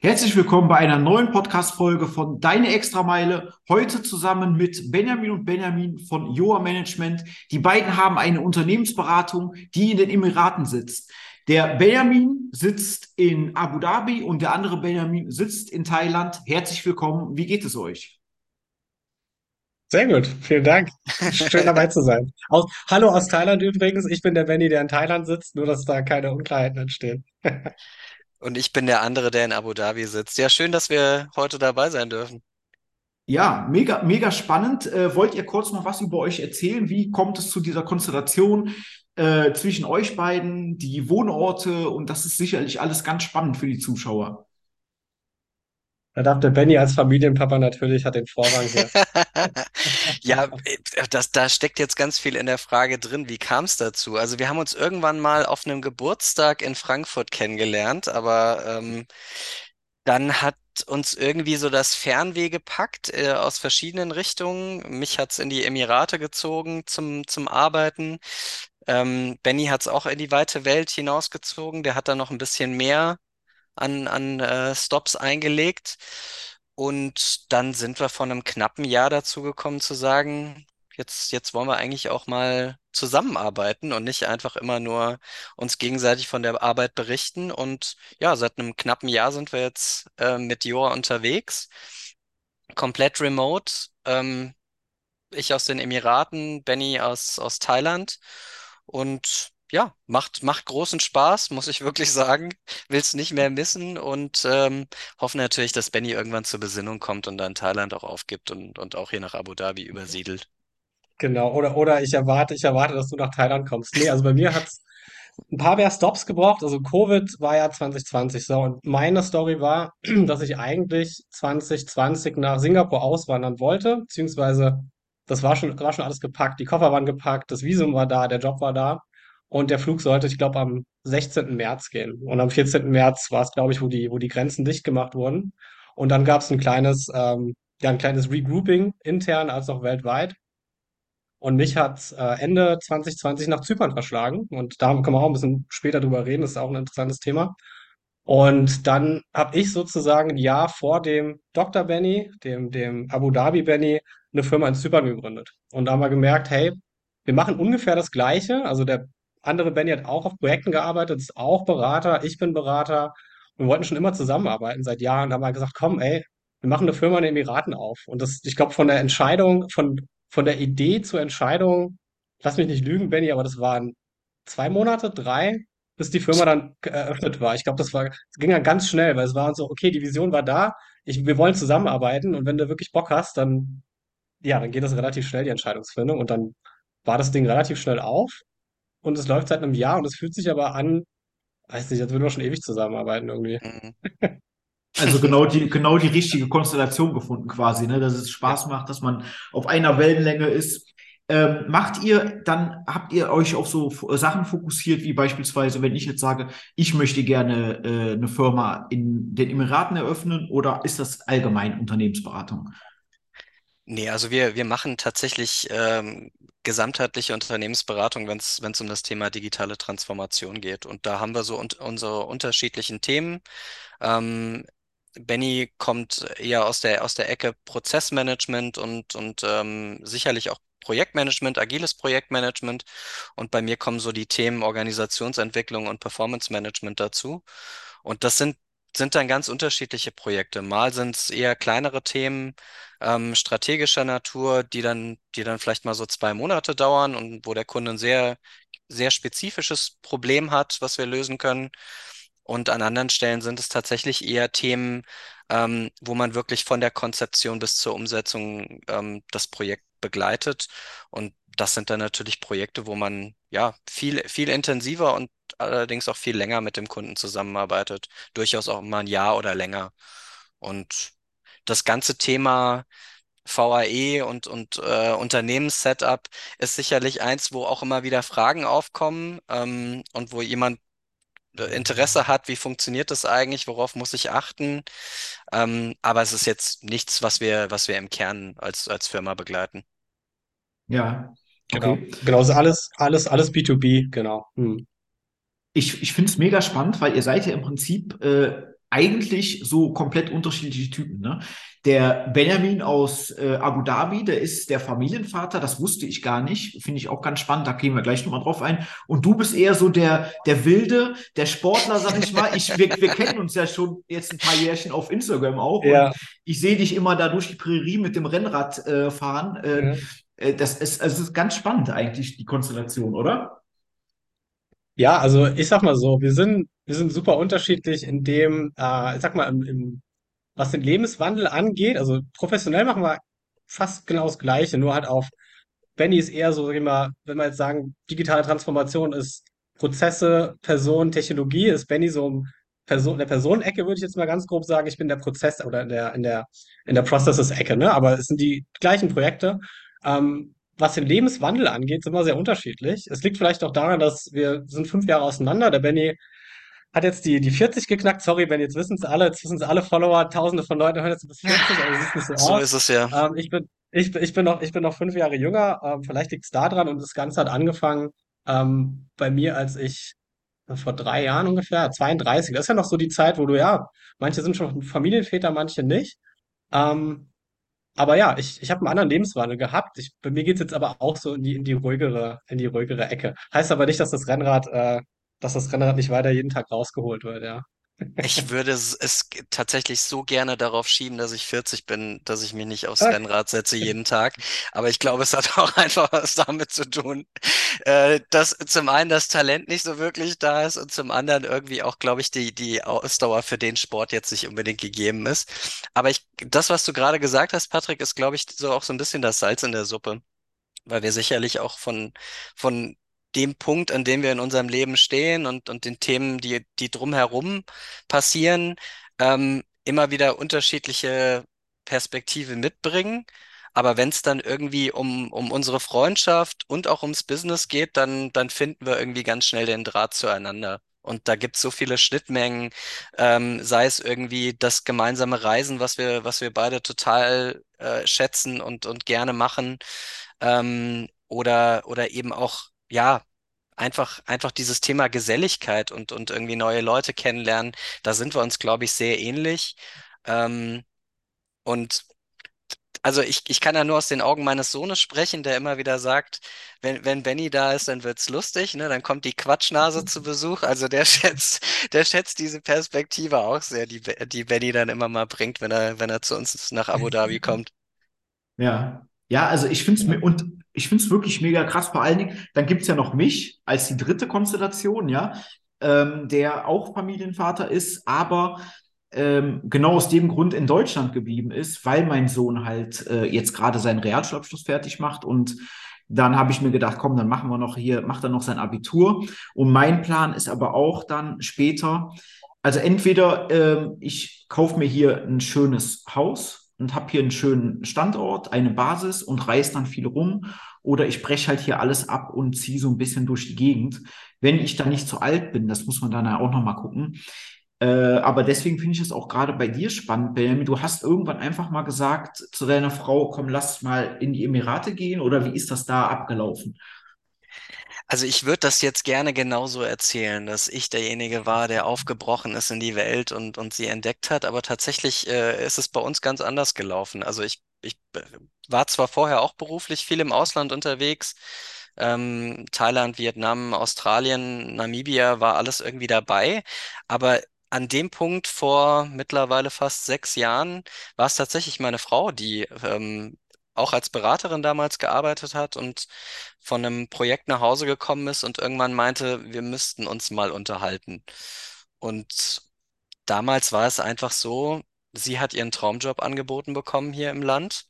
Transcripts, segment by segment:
Herzlich willkommen bei einer neuen Podcast-Folge von Deine Extrameile. Heute zusammen mit Benjamin und Benjamin von Joa Management. Die beiden haben eine Unternehmensberatung, die in den Emiraten sitzt. Der Benjamin sitzt in Abu Dhabi und der andere Benjamin sitzt in Thailand. Herzlich willkommen. Wie geht es euch? Sehr gut, vielen Dank. Schön dabei zu sein. Hallo aus Thailand übrigens. Ich bin der Benny, der in Thailand sitzt, nur dass da keine Unklarheiten entstehen. Und ich bin der andere, der in Abu Dhabi sitzt. Ja, schön, dass wir heute dabei sein dürfen. Ja, mega, mega spannend. Wollt ihr kurz noch was über euch erzählen? Wie kommt es zu dieser Konstellation zwischen euch beiden, die Wohnorte? Und das ist sicherlich alles ganz spannend für die Zuschauer. Da darf der Benny als Familienpapa natürlich, hat den Vorrang hier. Ja, da steckt jetzt ganz viel in der Frage drin. Wie kam es dazu? Also wir haben uns irgendwann mal auf einem Geburtstag in Frankfurt kennengelernt, aber dann hat uns irgendwie so das Fernweh gepackt, aus verschiedenen Richtungen. Mich hat's in die Emirate gezogen zum Arbeiten. Benny hat's auch in die weite Welt hinausgezogen. Der hat da noch ein bisschen mehr an Stops eingelegt. Und dann sind wir vor einem knappen Jahr dazu gekommen zu sagen, jetzt wollen wir eigentlich auch mal zusammenarbeiten und nicht einfach immer nur uns gegenseitig von der Arbeit berichten. Und ja, seit einem knappen Jahr sind wir jetzt mit Joa unterwegs, komplett remote. Ich aus den Emiraten, Benny aus Thailand. Und ja, macht großen Spaß, muss ich wirklich sagen. Will es nicht mehr missen und hoffe natürlich, dass Benny irgendwann zur Besinnung kommt und dann Thailand auch aufgibt und auch hier nach Abu Dhabi übersiedelt. Genau, oder ich erwarte, dass du nach Thailand kommst. Nee, also bei mir hat's ein paar mehr Stops gebraucht. Also Covid war ja 2020 so. Und meine Story war, dass ich eigentlich 2020 nach Singapur auswandern wollte, beziehungsweise das war schon alles gepackt. Die Koffer waren gepackt, das Visum war da, der Job war da. Und der Flug sollte, ich glaube, am 16. März gehen. Und am 14. März war es, glaube ich, wo die Grenzen dicht gemacht wurden. Und dann gab es ein kleines Regrouping intern als auch weltweit. Und mich hat Ende 2020 nach Zypern verschlagen. Und da können wir auch ein bisschen später drüber reden. Das ist auch ein interessantes Thema. Und dann habe ich sozusagen ein Jahr vor dem Dr. Benny, dem Abu Dhabi Benny, eine Firma in Zypern gegründet. Und da haben wir gemerkt, hey, wir machen ungefähr das Gleiche. Also der andere Benny hat auch auf Projekten gearbeitet, ist auch Berater, ich bin Berater. Wir wollten schon immer zusammenarbeiten seit Jahren. Da haben wir gesagt, komm, ey, wir machen eine Firma in den Emiraten auf. Und das, ich glaube, von der Idee zur Entscheidung, lass mich nicht lügen, Benny, aber das waren 2 Monate, drei, bis die Firma dann eröffnet war. Ich glaube, das ging dann ganz schnell, weil es war so, okay, die Vision war da, wir wollen zusammenarbeiten und wenn du wirklich Bock hast, dann, ja, dann geht das relativ schnell, die Entscheidungsfindung und dann war das Ding relativ schnell auf und es läuft seit einem Jahr und es fühlt sich aber an, weiß nicht, als würden wir schon ewig zusammenarbeiten irgendwie. Mhm. Also genau die richtige Konstellation gefunden quasi, ne? Dass es Ja. Spaß macht, dass man auf einer Wellenlänge ist. Habt ihr euch auf so Sachen fokussiert, wie beispielsweise, wenn ich jetzt sage, ich möchte gerne eine Firma in den Emiraten eröffnen, oder ist das allgemein Unternehmensberatung? Nee, also wir machen tatsächlich gesamtheitliche Unternehmensberatung, wenn es um das Thema digitale Transformation geht. Und da haben wir so unsere unterschiedlichen Themen. Ähm, Benny kommt eher aus der Ecke Prozessmanagement und sicherlich auch Projektmanagement, agiles Projektmanagement. Und bei mir kommen so die Themen Organisationsentwicklung und Performance Management dazu. Und das sind dann ganz unterschiedliche Projekte. Mal sind es eher kleinere Themen, strategischer Natur, die dann vielleicht mal so 2 Monate dauern und wo der Kunde ein sehr spezifisches Problem hat, was wir lösen können. Und an anderen Stellen sind es tatsächlich eher Themen, wo man wirklich von der Konzeption bis zur Umsetzung das Projekt begleitet. Und das sind dann natürlich Projekte, wo man ja viel intensiver und allerdings auch viel länger mit dem Kunden zusammenarbeitet. Durchaus auch mal ein Jahr oder länger. Und das ganze Thema VAE und Unternehmenssetup ist sicherlich eins, wo auch immer wieder Fragen aufkommen und wo jemand Interesse hat, wie funktioniert das eigentlich, worauf muss ich achten. Aber es ist jetzt nichts, was wir im Kern als Firma begleiten. Ja, Genau. okay. Genau, also alles B2B, genau. Hm. Ich finde es mega spannend, weil ihr seid ja im Prinzip eigentlich so komplett unterschiedliche Typen, ne? Der Benjamin aus Abu Dhabi, der ist der Familienvater, das wusste ich gar nicht, finde ich auch ganz spannend, da gehen wir gleich nochmal drauf ein. Und du bist eher so der Wilde, der Sportler, sag ich mal. Wir kennen uns ja schon jetzt ein paar Jährchen auf Instagram auch und Ja, ich sehe dich immer da durch die Prärie mit dem Rennrad fahren. ja. Das ist, also es ist ganz spannend eigentlich, die Konstellation, oder? Ja, also ich sag mal so, wir sind super unterschiedlich in dem, ich sag mal, was den Lebenswandel angeht. Also professionell machen wir fast genau das Gleiche, nur halt auf Benny ist eher so, sag ich mal, wenn wir jetzt sagen, digitale Transformation ist Prozesse, Person, Technologie, ist Benny so der Personenecke, würde ich jetzt mal ganz grob sagen. Ich bin der Prozess oder in der Processes-Ecke, ne? Aber es sind die gleichen Projekte. Was den Lebenswandel angeht, sind wir sehr unterschiedlich. Es liegt vielleicht auch daran, dass wir sind 5 Jahre auseinander. Der Benny hat jetzt die 40 geknackt. Sorry, Benny, jetzt wissen es alle Follower, tausende von Leuten hören jetzt bis 40, aber du siehst nicht so So aus. ist es ja. Ich bin noch 5 Jahre jünger. Vielleicht liegt es daran und das Ganze hat angefangen bei mir, als ich vor 3 Jahren ungefähr, 32. Das ist ja noch so die Zeit, wo du ja, manche sind schon Familienväter, manche nicht. Ähm, aber ja, ich habe einen anderen Lebenswandel gehabt. Bei mir geht's jetzt aber auch so in die ruhigere Ecke. Heißt aber nicht, dass das Rennrad nicht weiter jeden Tag rausgeholt wird, ja. Ich würde es tatsächlich so gerne darauf schieben, dass ich 40 bin, dass ich mich nicht aufs Ah, Rennrad setze jeden Tag. Aber ich glaube, es hat auch einfach was damit zu tun, dass zum einen das Talent nicht so wirklich da ist und zum anderen irgendwie auch, glaube ich, die Ausdauer für den Sport jetzt nicht unbedingt gegeben ist. Aber das, was du gerade gesagt hast, Patrick, ist, glaube ich, so auch so ein bisschen das Salz in der Suppe, weil wir sicherlich auch von dem Punkt, an dem wir in unserem Leben stehen und den Themen, die drumherum passieren, immer wieder unterschiedliche Perspektiven mitbringen. Aber wenn es dann irgendwie um unsere Freundschaft und auch ums Business geht, dann finden wir irgendwie ganz schnell den Draht zueinander. Und da gibt es so viele Schnittmengen, sei es irgendwie das gemeinsame Reisen, was wir beide total schätzen und gerne machen, oder eben auch, ja, einfach dieses Thema Geselligkeit und irgendwie neue Leute kennenlernen, da sind wir uns, glaube ich, sehr ähnlich. Ähm, und also ich kann ja nur aus den Augen meines Sohnes sprechen, der immer wieder sagt, wenn Benny da ist, dann wird's lustig, ne? Dann kommt die Quatschnase zu Besuch. Also der schätzt diese Perspektive auch sehr, die Benny dann immer mal bringt, wenn er zu uns nach Abu Dhabi kommt. Ja. Ja, also Ja. ich finde es wirklich mega krass. Vor allen Dingen, dann gibt's ja noch mich als die dritte Konstellation, ja, der auch Familienvater ist, aber genau aus dem Grund in Deutschland geblieben ist, weil mein Sohn halt jetzt gerade seinen Realschulabschluss fertig macht und dann habe ich mir gedacht, komm, dann machen wir noch hier, macht er noch sein Abitur. Und mein Plan ist aber auch dann später, also entweder ich kaufe mir hier ein schönes Haus und habe hier einen schönen Standort, eine Basis und reise dann viel rum, oder ich breche halt hier alles ab und ziehe so ein bisschen durch die Gegend, wenn ich dann nicht zu alt bin. Das muss man dann ja auch noch mal gucken. Aber deswegen finde ich es auch gerade bei dir spannend, Benjamin. Du hast irgendwann einfach mal gesagt zu deiner Frau, komm, lass mal in die Emirate gehen, oder wie ist das da abgelaufen? Also ich würde das jetzt gerne genauso erzählen, dass ich derjenige war, der aufgebrochen ist in die Welt und sie entdeckt hat, aber tatsächlich ist es bei uns ganz anders gelaufen. Also ich war zwar vorher auch beruflich viel im Ausland unterwegs, Thailand, Vietnam, Australien, Namibia war alles irgendwie dabei, aber an dem Punkt vor mittlerweile fast 6 Jahren war es tatsächlich meine Frau, die auch als Beraterin damals gearbeitet hat und von einem Projekt nach Hause gekommen ist und irgendwann meinte, wir müssten uns mal unterhalten. Und damals war es einfach so, sie hat ihren Traumjob angeboten bekommen hier im Land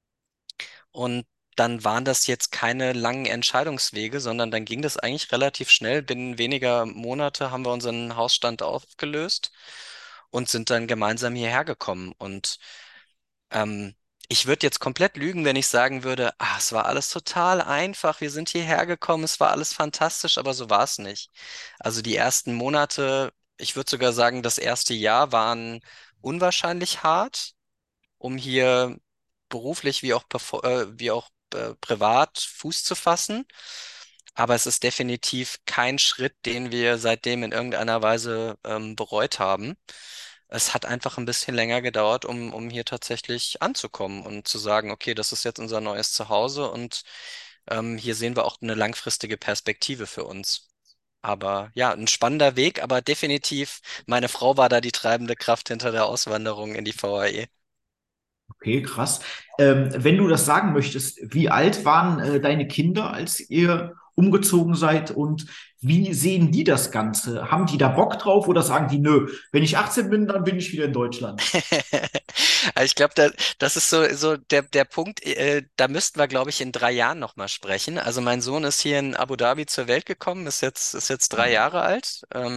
und dann waren das jetzt keine langen Entscheidungswege, sondern dann ging das eigentlich relativ schnell. Binnen weniger Monate haben wir unseren Hausstand aufgelöst und sind dann gemeinsam hierher gekommen. Und ähm, ich würde jetzt komplett lügen, wenn ich sagen würde, es war alles total einfach, wir sind hierher gekommen, es war alles fantastisch, aber so war es nicht. Also die ersten Monate, ich würde sogar sagen, das erste Jahr waren unwahrscheinlich hart, um hier beruflich wie auch privat Fuß zu fassen. Aber es ist definitiv kein Schritt, den wir seitdem in irgendeiner Weise bereut haben. es hat einfach ein bisschen länger gedauert, um hier tatsächlich anzukommen und zu sagen, okay, das ist jetzt unser neues Zuhause und hier sehen wir auch eine langfristige Perspektive für uns. Aber ja, ein spannender Weg, aber definitiv, meine Frau war da die treibende Kraft hinter der Auswanderung in die VAE. Okay, krass. Wenn du das sagen möchtest, wie alt waren deine Kinder, als ihr umgezogen seid und wie sehen die das Ganze? Haben die da Bock drauf oder sagen die, nö, wenn ich 18 bin, dann bin ich wieder in Deutschland? Also ich glaube, das ist so der Punkt, da müssten wir, glaube ich, in 3 Jahren nochmal sprechen. Also mein Sohn ist hier in Abu Dhabi zur Welt gekommen, ist jetzt 3 Jahre alt.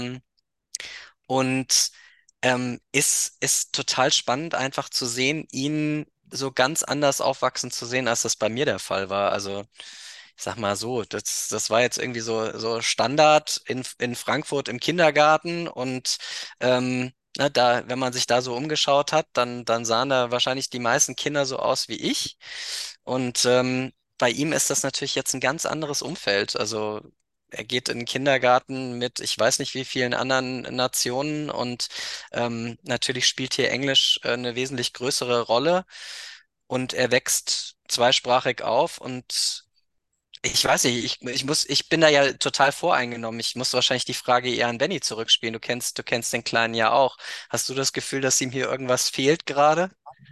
Und ist total spannend, einfach zu sehen, ihn so ganz anders aufwachsen zu sehen, als das bei mir der Fall war. Also, ich sag mal so, das war jetzt irgendwie so Standard in Frankfurt im Kindergarten und wenn man sich da so umgeschaut hat, dann sahen da wahrscheinlich die meisten Kinder so aus wie ich. Und bei ihm ist das natürlich jetzt ein ganz anderes Umfeld. Also er geht in den Kindergarten mit ich weiß nicht wie vielen anderen Nationen und natürlich spielt hier Englisch eine wesentlich größere Rolle und er wächst zweisprachig auf und ich weiß nicht, ich bin da ja total voreingenommen. Ich muss wahrscheinlich die Frage eher an Benny zurückspielen. Du kennst den Kleinen ja auch. Hast du das Gefühl, dass ihm hier irgendwas fehlt gerade?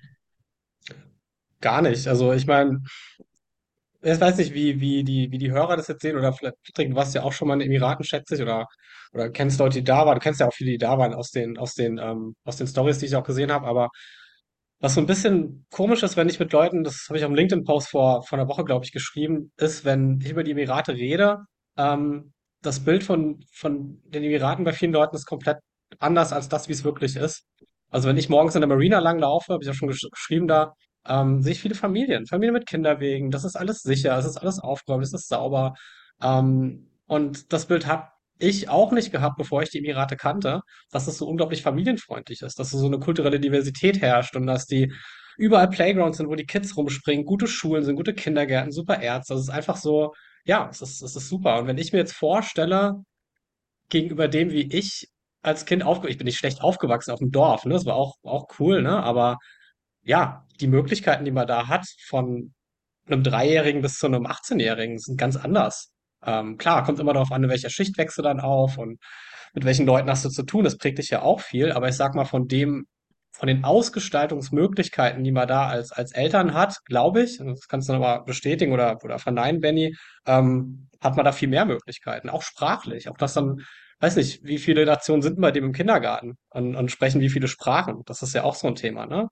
Gar nicht. Also ich meine, ich weiß nicht, wie die Hörer das jetzt sehen, oder vielleicht, Patrick, du warst ja auch schon mal in den Emiraten, schätze ich, oder kennst Leute, die da waren. Du kennst ja auch viele, die da waren aus den Stories, die ich auch gesehen habe, aber was so ein bisschen komisch ist, wenn ich mit Leuten, das habe ich auf dem LinkedIn-Post vor einer Woche, glaube ich, geschrieben, ist, wenn ich über die Emirate rede, ähm, das Bild von den Emiraten bei vielen Leuten ist komplett anders als das, wie es wirklich ist. Also wenn ich morgens in der Marina langlaufe, habe ich auch schon geschrieben da, sehe ich viele Familien mit Kinderwegen. Das ist alles sicher, es ist alles aufgeräumt, es ist sauber. Und das Bild habe ich auch nicht gehabt, bevor ich die Emirate kannte, dass es so unglaublich familienfreundlich ist, dass so eine kulturelle Diversität herrscht und dass die überall Playgrounds sind, wo die Kids rumspringen, gute Schulen sind, gute Kindergärten, super Ärzte. Das ist einfach so, ja, es ist super. Und wenn ich mir jetzt vorstelle, gegenüber dem, wie ich als Kind ich bin nicht schlecht aufgewachsen auf dem Dorf, ne? Das war auch cool, ne? Aber ja, die Möglichkeiten, die man da hat, von einem Dreijährigen bis zu einem 18-Jährigen, sind ganz anders. Klar, kommt immer darauf an, in welcher Schicht wächst du dann auf und mit welchen Leuten hast du zu tun. Das prägt dich ja auch viel. Aber ich sag mal, von den Ausgestaltungsmöglichkeiten, die man da als Eltern hat, glaube ich, und das kannst du nochmal bestätigen oder verneinen, Benny, hat man da viel mehr Möglichkeiten. Auch sprachlich. Auch das dann, weiß nicht, wie viele Nationen sind bei dem im Kindergarten und sprechen wie viele Sprachen. Das ist ja auch so ein Thema, ne?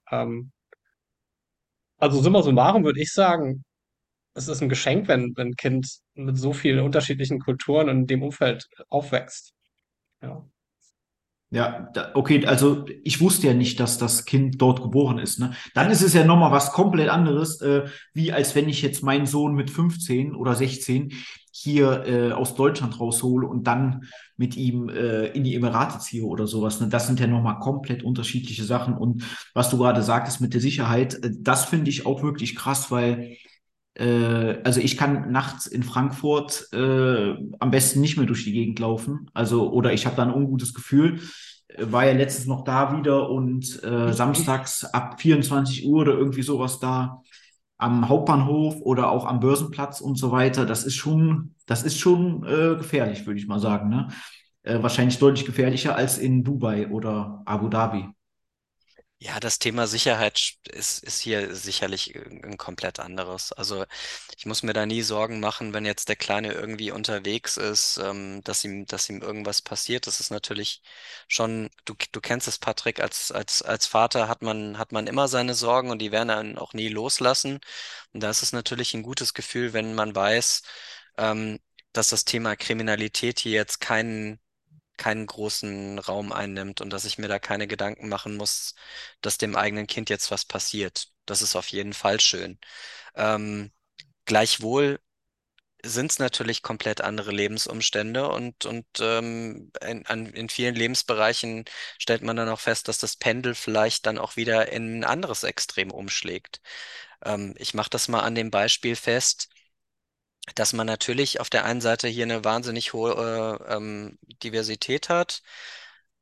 Also summa summarum würde ich sagen, es ist ein Geschenk, wenn ein Kind mit so vielen unterschiedlichen Kulturen und in dem Umfeld aufwächst. Ja. Ja, okay, also ich wusste ja nicht, dass das Kind dort geboren ist, ne? Dann ist es ja nochmal was komplett anderes, wie als wenn ich jetzt meinen Sohn mit 15 oder 16 hier aus Deutschland raushole und dann mit ihm in die Emirate ziehe oder sowas, ne? Das sind ja nochmal komplett unterschiedliche Sachen. Und was du gerade sagtest mit der Sicherheit, das finde ich auch wirklich krass, weil also ich kann nachts in Frankfurt am besten nicht mehr durch die Gegend laufen. Also, oder ich habe da ein ungutes Gefühl. War ja letztens noch da wieder und samstags ab 24 Uhr oder irgendwie sowas da am Hauptbahnhof oder auch am Börsenplatz und so weiter. Das ist schon gefährlich, würde ich mal sagen, ne? Wahrscheinlich deutlich gefährlicher als in Dubai oder Abu Dhabi. Ja, das Thema Sicherheit ist hier sicherlich ein komplett anderes. Also ich muss mir da nie Sorgen machen, wenn jetzt der Kleine irgendwie unterwegs ist, dass ihm irgendwas passiert. Das ist natürlich schon, du kennst es, Patrick, als Vater hat man immer seine Sorgen und die werden einen auch nie loslassen. Und da ist es natürlich ein gutes Gefühl, wenn man weiß, ähm, dass das Thema Kriminalität hier jetzt keinen großen Raum einnimmt und dass ich mir da keine Gedanken machen muss, dass dem eigenen Kind jetzt was passiert. Das ist auf jeden Fall schön. Ähm, Gleichwohl sind es natürlich komplett andere Lebensumstände und in vielen Lebensbereichen stellt man dann auch fest, dass das Pendel vielleicht dann auch wieder in ein anderes Extrem umschlägt. Ich mache das mal an dem Beispiel fest, dass man natürlich auf der einen Seite hier eine wahnsinnig hohe Diversität hat.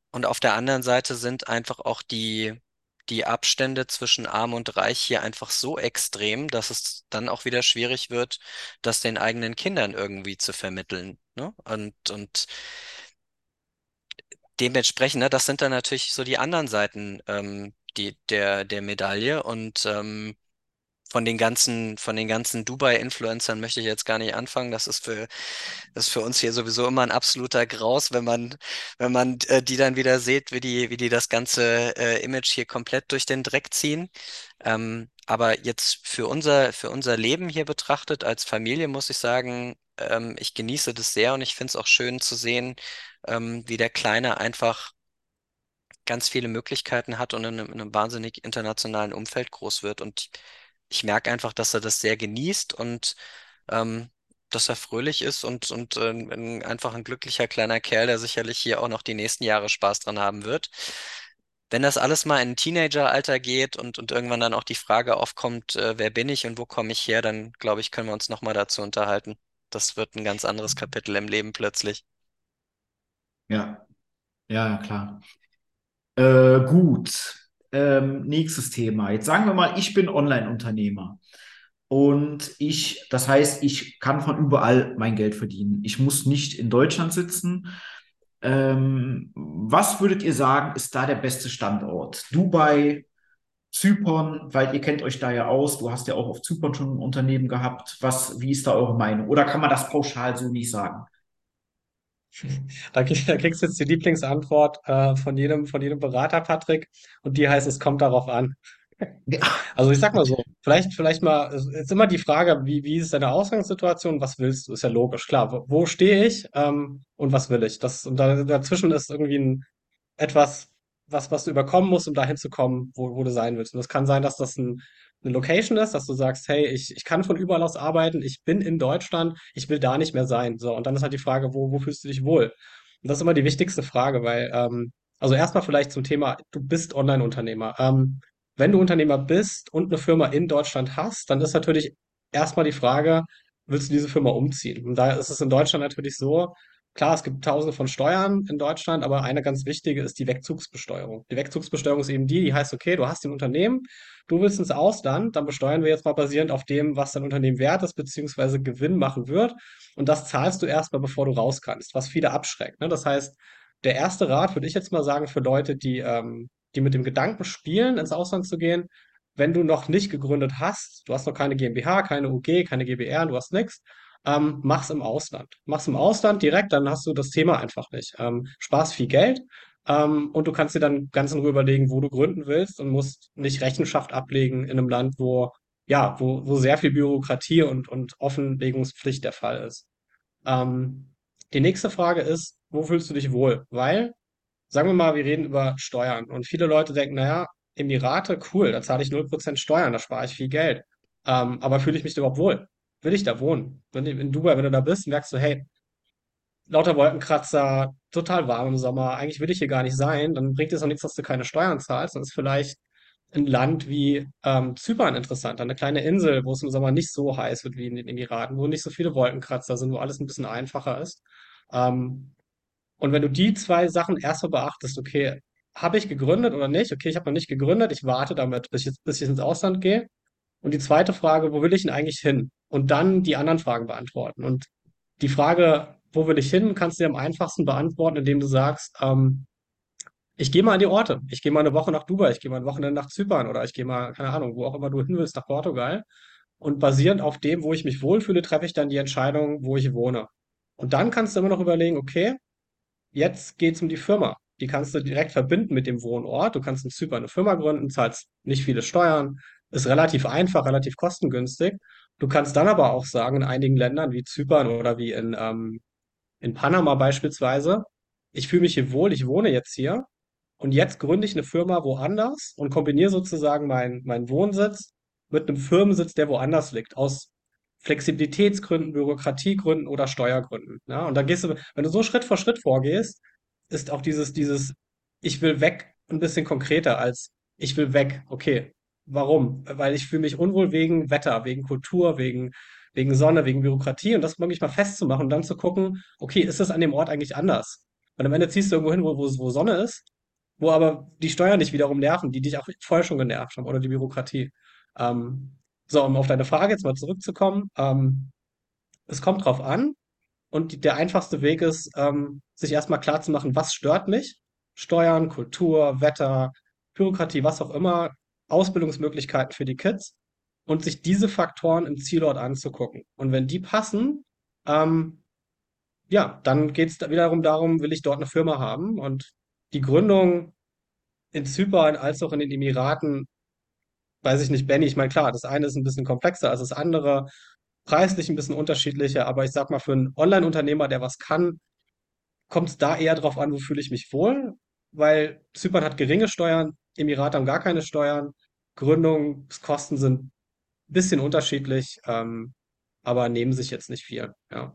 Und auf der anderen Seite sind einfach auch die Abstände zwischen Arm und Reich hier einfach so extrem, dass es dann auch wieder schwierig wird, das den eigenen Kindern irgendwie zu vermitteln, ne? Und dementsprechend, ne, das sind dann natürlich so die anderen Seiten der Medaille. Und von den ganzen Dubai-Influencern möchte ich jetzt gar nicht anfangen. Das ist für uns hier sowieso immer ein absoluter Graus, wenn man die dann wieder sieht, wie die das ganze Image hier komplett durch den Dreck ziehen. Aber jetzt für unser Leben hier betrachtet als Familie muss ich sagen, ich genieße das sehr und ich finde es auch schön zu sehen, wie der Kleine einfach ganz viele Möglichkeiten hat und in einem wahnsinnig internationalen Umfeld groß wird. Und ich merke einfach, dass er das sehr genießt und ähm, dass er fröhlich ist einfach ein glücklicher kleiner Kerl, der sicherlich hier auch noch die nächsten Jahre Spaß dran haben wird. Wenn das alles mal in ein Teenageralter geht und irgendwann dann auch die Frage aufkommt, wer bin ich und wo komme ich her, dann glaube ich, können wir uns nochmal dazu unterhalten. Das wird ein ganz anderes Kapitel im Leben plötzlich. Ja, ja, klar. Gut. Nächstes Thema. Jetzt sagen wir mal, ich bin Online-Unternehmer und das heißt, ich kann von überall mein Geld verdienen. Ich muss nicht in Deutschland sitzen. Was würdet ihr sagen, ist da der beste Standort? Dubai, Zypern, weil ihr kennt euch da ja aus. Du hast ja auch auf Zypern schon ein Unternehmen gehabt. Wie ist da eure Meinung? Oder kann man das pauschal so nicht sagen? Da kriegst du jetzt die Lieblingsantwort von jedem Berater, Patrick, und die heißt, es kommt darauf an. Also ich sag mal so, vielleicht mal, es ist immer die Frage, wie ist deine Ausgangssituation, was willst du? Ist ja logisch, klar. Wo stehe ich, und was will ich? Und dazwischen ist irgendwie etwas, was du überkommen musst, um dahin zu kommen, wo du sein willst. Und das kann sein, dass eine Location ist, dass du sagst, hey, ich kann von überall aus arbeiten, ich bin in Deutschland, ich will da nicht mehr sein. So, und dann ist halt die Frage, wo fühlst du dich wohl? Und das ist immer die wichtigste Frage, weil, also erstmal vielleicht zum Thema, du bist Online-Unternehmer. Wenn du Unternehmer bist und eine Firma in Deutschland hast, dann ist natürlich erstmal die Frage, willst du diese Firma umziehen? Und da ist es in Deutschland natürlich so, klar, es gibt tausende von Steuern in Deutschland, aber eine ganz wichtige ist die Wegzugsbesteuerung. Die Wegzugsbesteuerung ist eben die heißt, okay, du hast ein Unternehmen, du willst ins Ausland, dann besteuern wir jetzt mal basierend auf dem, was dein Unternehmen wert ist, beziehungsweise Gewinn machen wird. Und das zahlst du erstmal, bevor du raus kannst, was viele abschreckt. Ne? Das heißt, der erste Rat würde ich jetzt mal sagen für Leute, die mit dem Gedanken spielen, ins Ausland zu gehen, wenn du noch nicht gegründet hast, du hast noch keine GmbH, keine UG, keine GbR, du hast nichts, mach's im Ausland. Mach's im Ausland direkt, dann hast du das Thema einfach nicht. Sparst viel Geld, und du kannst dir dann ganz in Ruhe überlegen, wo du gründen willst und musst nicht Rechenschaft ablegen in einem Land, wo sehr viel Bürokratie und Offenlegungspflicht der Fall ist. Die nächste Frage ist, wo fühlst du dich wohl? Weil, sagen wir mal, wir reden über Steuern und viele Leute denken, naja, Emirate, cool, da zahle ich 0% Steuern, da spare ich viel Geld. Aber fühle ich mich da überhaupt wohl? Will ich da wohnen? Wenn du in Dubai, wenn du da bist, merkst du, hey, lauter Wolkenkratzer, total warm im Sommer, eigentlich will ich hier gar nicht sein, dann bringt es auch nichts, dass du keine Steuern zahlst. Dann ist vielleicht ein Land wie Zypern interessant, eine kleine Insel, wo es im Sommer nicht so heiß wird wie in den Emiraten, wo nicht so viele Wolkenkratzer sind, wo alles ein bisschen einfacher ist. Ähm, und wenn du die zwei Sachen erstmal beachtest, okay, habe ich gegründet oder nicht? Okay, ich habe noch nicht gegründet, ich warte damit, bis ich ins Ausland gehe. Und die zweite Frage, wo will ich denn eigentlich hin? Und dann die anderen Fragen beantworten. Und die Frage, wo will ich hin, kannst du dir am einfachsten beantworten, indem du sagst, ich gehe mal an die Orte. Ich gehe mal eine Woche nach Dubai, ich gehe mal ein Wochenende nach Zypern oder ich gehe mal, keine Ahnung, wo auch immer du hin willst, nach Portugal. Und basierend auf dem, wo ich mich wohlfühle, treffe ich dann die Entscheidung, wo ich wohne. Und dann kannst du immer noch überlegen, okay, jetzt geht's um die Firma. Die kannst du direkt verbinden mit dem Wohnort. Du kannst in Zypern eine Firma gründen, zahlst nicht viele Steuern, ist relativ einfach, relativ kostengünstig. Du kannst dann aber auch sagen, in einigen Ländern wie Zypern oder wie in Panama beispielsweise, ich fühle mich hier wohl, ich wohne jetzt hier und jetzt gründe ich eine Firma woanders und kombiniere sozusagen meinen Wohnsitz mit einem Firmensitz, der woanders liegt, aus Flexibilitätsgründen, Bürokratiegründen oder Steuergründen. Ja, und dann gehst du, wenn du so Schritt für Schritt vorgehst, ist auch dieses Ich will weg ein bisschen konkreter als ich will weg. Okay, warum? Weil ich fühle mich unwohl wegen Wetter, wegen Kultur, wegen Sonne, wegen Bürokratie und das wirklich mal festzumachen und dann zu gucken, okay, ist das an dem Ort eigentlich anders? Und am Ende ziehst du irgendwo hin, wo Sonne ist, wo aber die Steuern dich wiederum nerven, die dich auch vorher schon genervt haben oder die Bürokratie. Ähm, so, um auf deine Frage jetzt mal zurückzukommen, es kommt drauf an und der einfachste Weg ist, sich erstmal klar zu machen, was stört mich? Steuern, Kultur, Wetter, Bürokratie, was auch immer, Ausbildungsmöglichkeiten für die Kids und sich diese Faktoren im Zielort anzugucken. Und wenn die passen, ähm, ja, dann geht es wiederum darum, will ich dort eine Firma haben? Und die Gründung in Zypern als auch in den Emiraten, weiß ich nicht, Benny, ich meine, klar, das eine ist ein bisschen komplexer als das andere, preislich ein bisschen unterschiedlicher, aber ich sag mal, für einen Online-Unternehmer, der was kann, kommt es da eher drauf an, wo fühle ich mich wohl, weil Zypern hat geringe Steuern, Emirate haben gar keine Steuern, Gründungskosten sind ein bisschen unterschiedlich, aber nehmen sich jetzt nicht viel. Ja,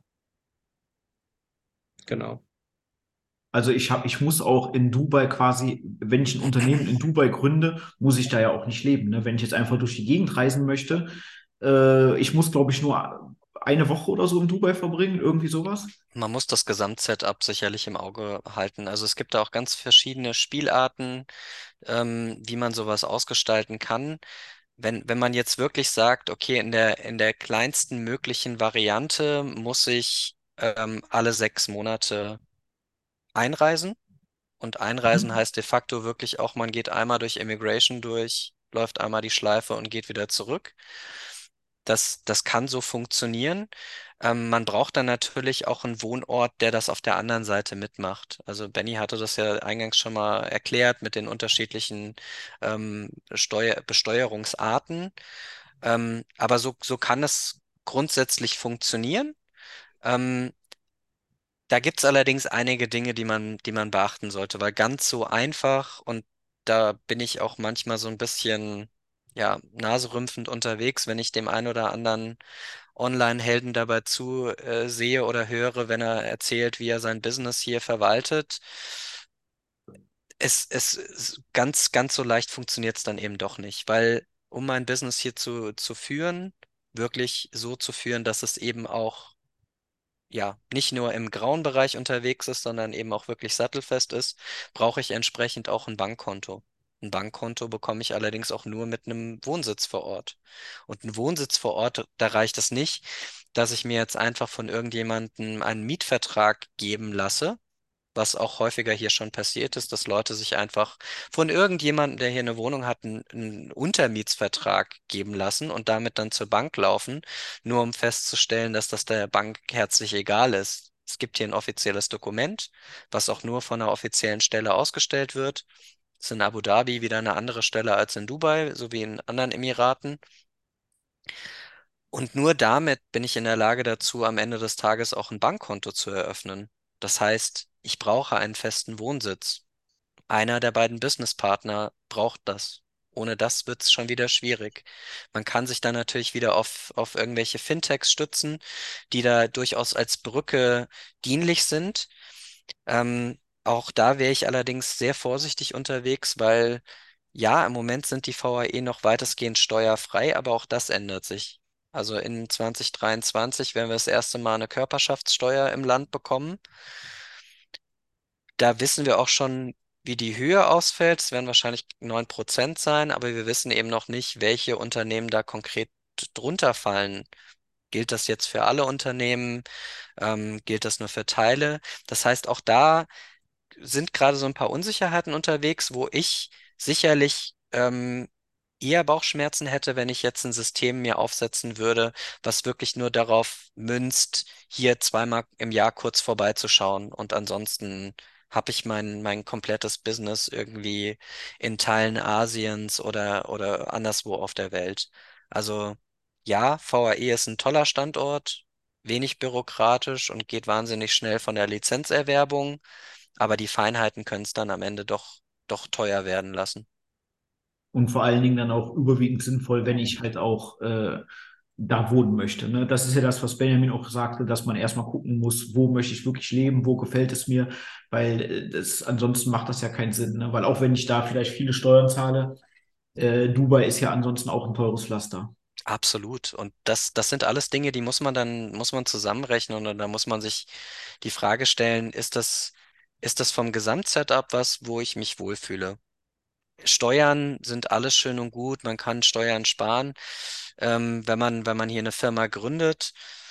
genau. Also ich muss auch in Dubai quasi, wenn ich ein Unternehmen in Dubai gründe, muss ich da ja auch nicht leben. Ne? Wenn ich jetzt einfach durch die Gegend reisen möchte, ich muss, glaube ich, nur eine Woche oder so in Dubai verbringen, irgendwie sowas. Man muss das Gesamtsetup sicherlich im Auge halten. Also es gibt da auch ganz verschiedene Spielarten, wie man sowas ausgestalten kann. Wenn man jetzt wirklich sagt, okay, in der kleinsten möglichen Variante muss ich alle 6 Monate einreisen. Und einreisen Mhm. heißt de facto wirklich auch, man geht einmal durch Immigration durch, läuft einmal die Schleife und geht wieder zurück. Das kann so funktionieren. Man braucht dann natürlich auch einen Wohnort, der das auf der anderen Seite mitmacht. Also Benny hatte das ja eingangs schon mal erklärt mit den unterschiedlichen Besteuerungsarten. Aber so kann es grundsätzlich funktionieren. Ähm, Da gibt es allerdings einige Dinge, die man beachten sollte, weil ganz so einfach und da bin ich auch manchmal so ein bisschen, ja, naserümpfend unterwegs, wenn ich dem einen oder anderen Online-Helden dabei sehe oder höre, wenn er erzählt, wie er sein Business hier verwaltet. Ganz so leicht funktioniert es dann eben doch nicht, weil um mein Business hier zu führen, wirklich so zu führen, dass es eben auch ja, nicht nur im grauen Bereich unterwegs ist, sondern eben auch wirklich sattelfest ist, brauche ich entsprechend auch ein Bankkonto. Ein Bankkonto bekomme ich allerdings auch nur mit einem Wohnsitz vor Ort. Und ein Wohnsitz vor Ort, da reicht es nicht, dass ich mir jetzt einfach von irgendjemandem einen Mietvertrag geben lasse, was auch häufiger hier schon passiert ist, dass Leute sich einfach von irgendjemandem, der hier eine Wohnung hat, einen Untermietsvertrag geben lassen und damit dann zur Bank laufen, nur um festzustellen, dass das der Bank herzlich egal ist. Es gibt hier ein offizielles Dokument, was auch nur von einer offiziellen Stelle ausgestellt wird. Das ist in Abu Dhabi wieder eine andere Stelle als in Dubai, sowie in anderen Emiraten. Und nur damit bin ich in der Lage dazu, am Ende des Tages auch ein Bankkonto zu eröffnen. Das heißt, ich brauche einen festen Wohnsitz. Einer der beiden Businesspartner braucht das. Ohne das wird es schon wieder schwierig. Man kann sich dann natürlich wieder auf irgendwelche Fintechs stützen, die da durchaus als Brücke dienlich sind. Auch da wäre ich allerdings sehr vorsichtig unterwegs, weil ja, im Moment sind die VAE noch weitestgehend steuerfrei, aber auch das ändert sich. Also in 2023 werden wir das erste Mal eine Körperschaftssteuer im Land bekommen. Da wissen wir auch schon, wie die Höhe ausfällt. Es werden wahrscheinlich 9% sein, aber wir wissen eben noch nicht, welche Unternehmen da konkret drunter fallen. Gilt das jetzt für alle Unternehmen? Gilt das nur für Teile? Das heißt, auch da sind gerade so ein paar Unsicherheiten unterwegs, wo ich sicherlich eher Bauchschmerzen hätte, wenn ich jetzt ein System mir aufsetzen würde, was wirklich nur darauf münzt, hier zweimal im Jahr kurz vorbeizuschauen und ansonsten habe ich mein komplettes Business irgendwie in Teilen Asiens oder anderswo auf der Welt. Also ja, VAE ist ein toller Standort, wenig bürokratisch und geht wahnsinnig schnell von der Lizenzerwerbung. Aber die Feinheiten können es dann am Ende doch teuer werden lassen. Und vor allen Dingen dann auch überwiegend sinnvoll, wenn ich halt auch da wohnen möchte. Ne? Das ist ja das, was Benjamin auch sagte, dass man erstmal gucken muss, wo möchte ich wirklich leben, wo gefällt es mir, weil ansonsten macht das ja keinen Sinn. Ne? Weil auch wenn ich da vielleicht viele Steuern zahle, Dubai ist ja ansonsten auch ein teures Pflaster. Absolut. Und das sind alles Dinge, die muss man zusammenrechnen und da muss man sich die Frage stellen, ist das vom Gesamtsetup was, wo ich mich wohlfühle. Steuern sind alles schön und gut, man kann Steuern sparen, wenn man hier eine Firma gründet.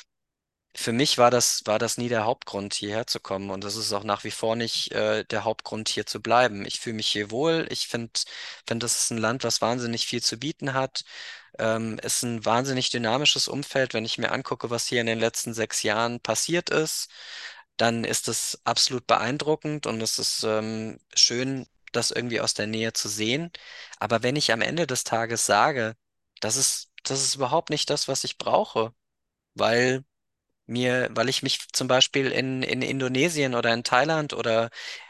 Für mich war das nie der Hauptgrund, hierher zu kommen. Und das ist auch nach wie vor nicht, der Hauptgrund, hier zu bleiben. Ich fühle mich hier wohl. Ich find, das ist ein Land, was wahnsinnig viel zu bieten hat. Ist ein wahnsinnig dynamisches Umfeld. Wenn ich mir angucke, was hier in den letzten 6 Jahren passiert ist, dann ist es absolut beeindruckend und es ist, schön, das irgendwie aus der Nähe zu sehen. Aber wenn ich am Ende des Tages sage, das ist überhaupt nicht das, was ich brauche, weil weil ich mich zum Beispiel in Indonesien oder in Thailand oder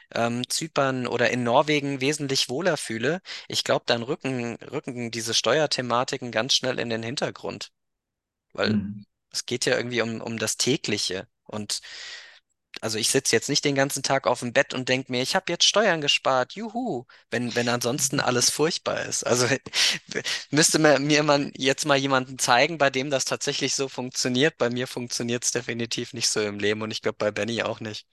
Zypern oder in Norwegen wesentlich wohler fühle, ich glaube, dann rücken diese Steuerthematiken ganz schnell in den Hintergrund, weil Hm. es geht ja irgendwie um das Tägliche. Und also ich sitze jetzt nicht den ganzen Tag auf dem Bett und denke mir, ich habe jetzt Steuern gespart, juhu, wenn ansonsten alles furchtbar ist. Also müsste mir jetzt mal jemanden zeigen, bei dem das tatsächlich so funktioniert. Bei mir funktioniert es definitiv nicht so im Leben und ich glaube bei Benny auch nicht.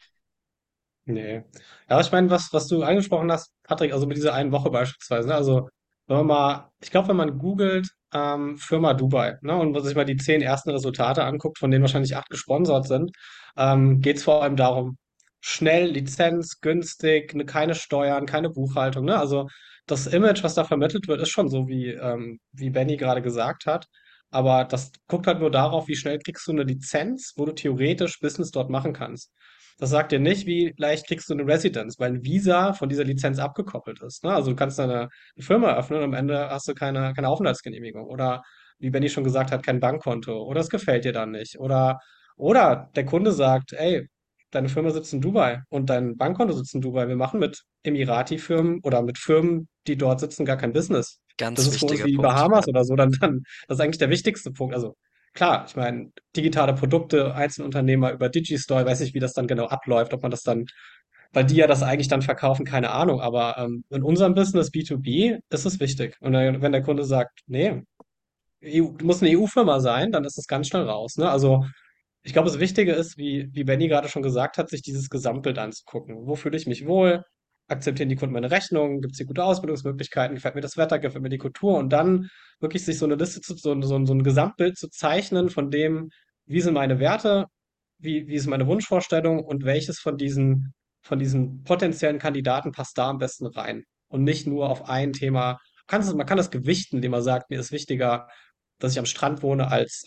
Nee. Ja, ich meine, was du angesprochen hast, Patrick, also mit dieser einen Woche beispielsweise, ne? Also, wenn man mal, ich glaube, wenn man googelt, Firma Dubai, ne, und sich mal die 10 ersten Resultate anguckt, von denen wahrscheinlich 8 gesponsert sind, geht es vor allem darum, schnell, Lizenz, günstig, ne, keine Steuern, keine Buchhaltung, ne? Also, das Image, was da vermittelt wird, ist schon so, wie Benny gerade gesagt hat. Aber das guckt halt nur darauf, wie schnell kriegst du eine Lizenz, wo du theoretisch Business dort machen kannst. Das sagt dir nicht, wie leicht kriegst du eine Residence, weil ein Visa von dieser Lizenz abgekoppelt ist. Ne? Also du kannst eine Firma eröffnen und am Ende hast du keine Aufenthaltsgenehmigung. Oder wie Benny schon gesagt hat, kein Bankkonto. Oder es gefällt dir dann nicht. Oder der Kunde sagt, ey, deine Firma sitzt in Dubai und dein Bankkonto sitzt in Dubai. Wir machen mit Emirati-Firmen oder mit Firmen, die dort sitzen, gar kein Business. Das Ganz ist für uns wichtiger wie Punkt. Ja. Bahamas oder so. Das ist eigentlich der wichtigste Punkt. Also klar, ich meine, digitale Produkte, Einzelunternehmer über Digistore, weiß nicht, wie das dann genau abläuft, ob man das dann, weil die ja das eigentlich dann verkaufen, keine Ahnung. Aber in unserem Business B2B ist es wichtig. Und wenn der Kunde sagt, nee, EU, du musst eine EU-Firma sein, dann ist es ganz schnell raus. Ne? Also ich glaube, das Wichtige ist, wie Benny gerade schon gesagt hat, sich dieses Gesamtbild anzugucken. Wo fühle ich mich wohl? Akzeptieren die Kunden meine Rechnungen? Gibt es hier gute Ausbildungsmöglichkeiten? Gefällt mir das Wetter? Gefällt mir die Kultur? Und dann wirklich sich so eine Liste so ein Gesamtbild zu zeichnen von dem, wie sind meine Werte? Wie ist meine Wunschvorstellung? Und welches von diesen potenziellen Kandidaten passt da am besten rein? Und nicht nur auf ein Thema. Man kann das gewichten, indem man sagt, mir ist wichtiger, dass ich am Strand wohne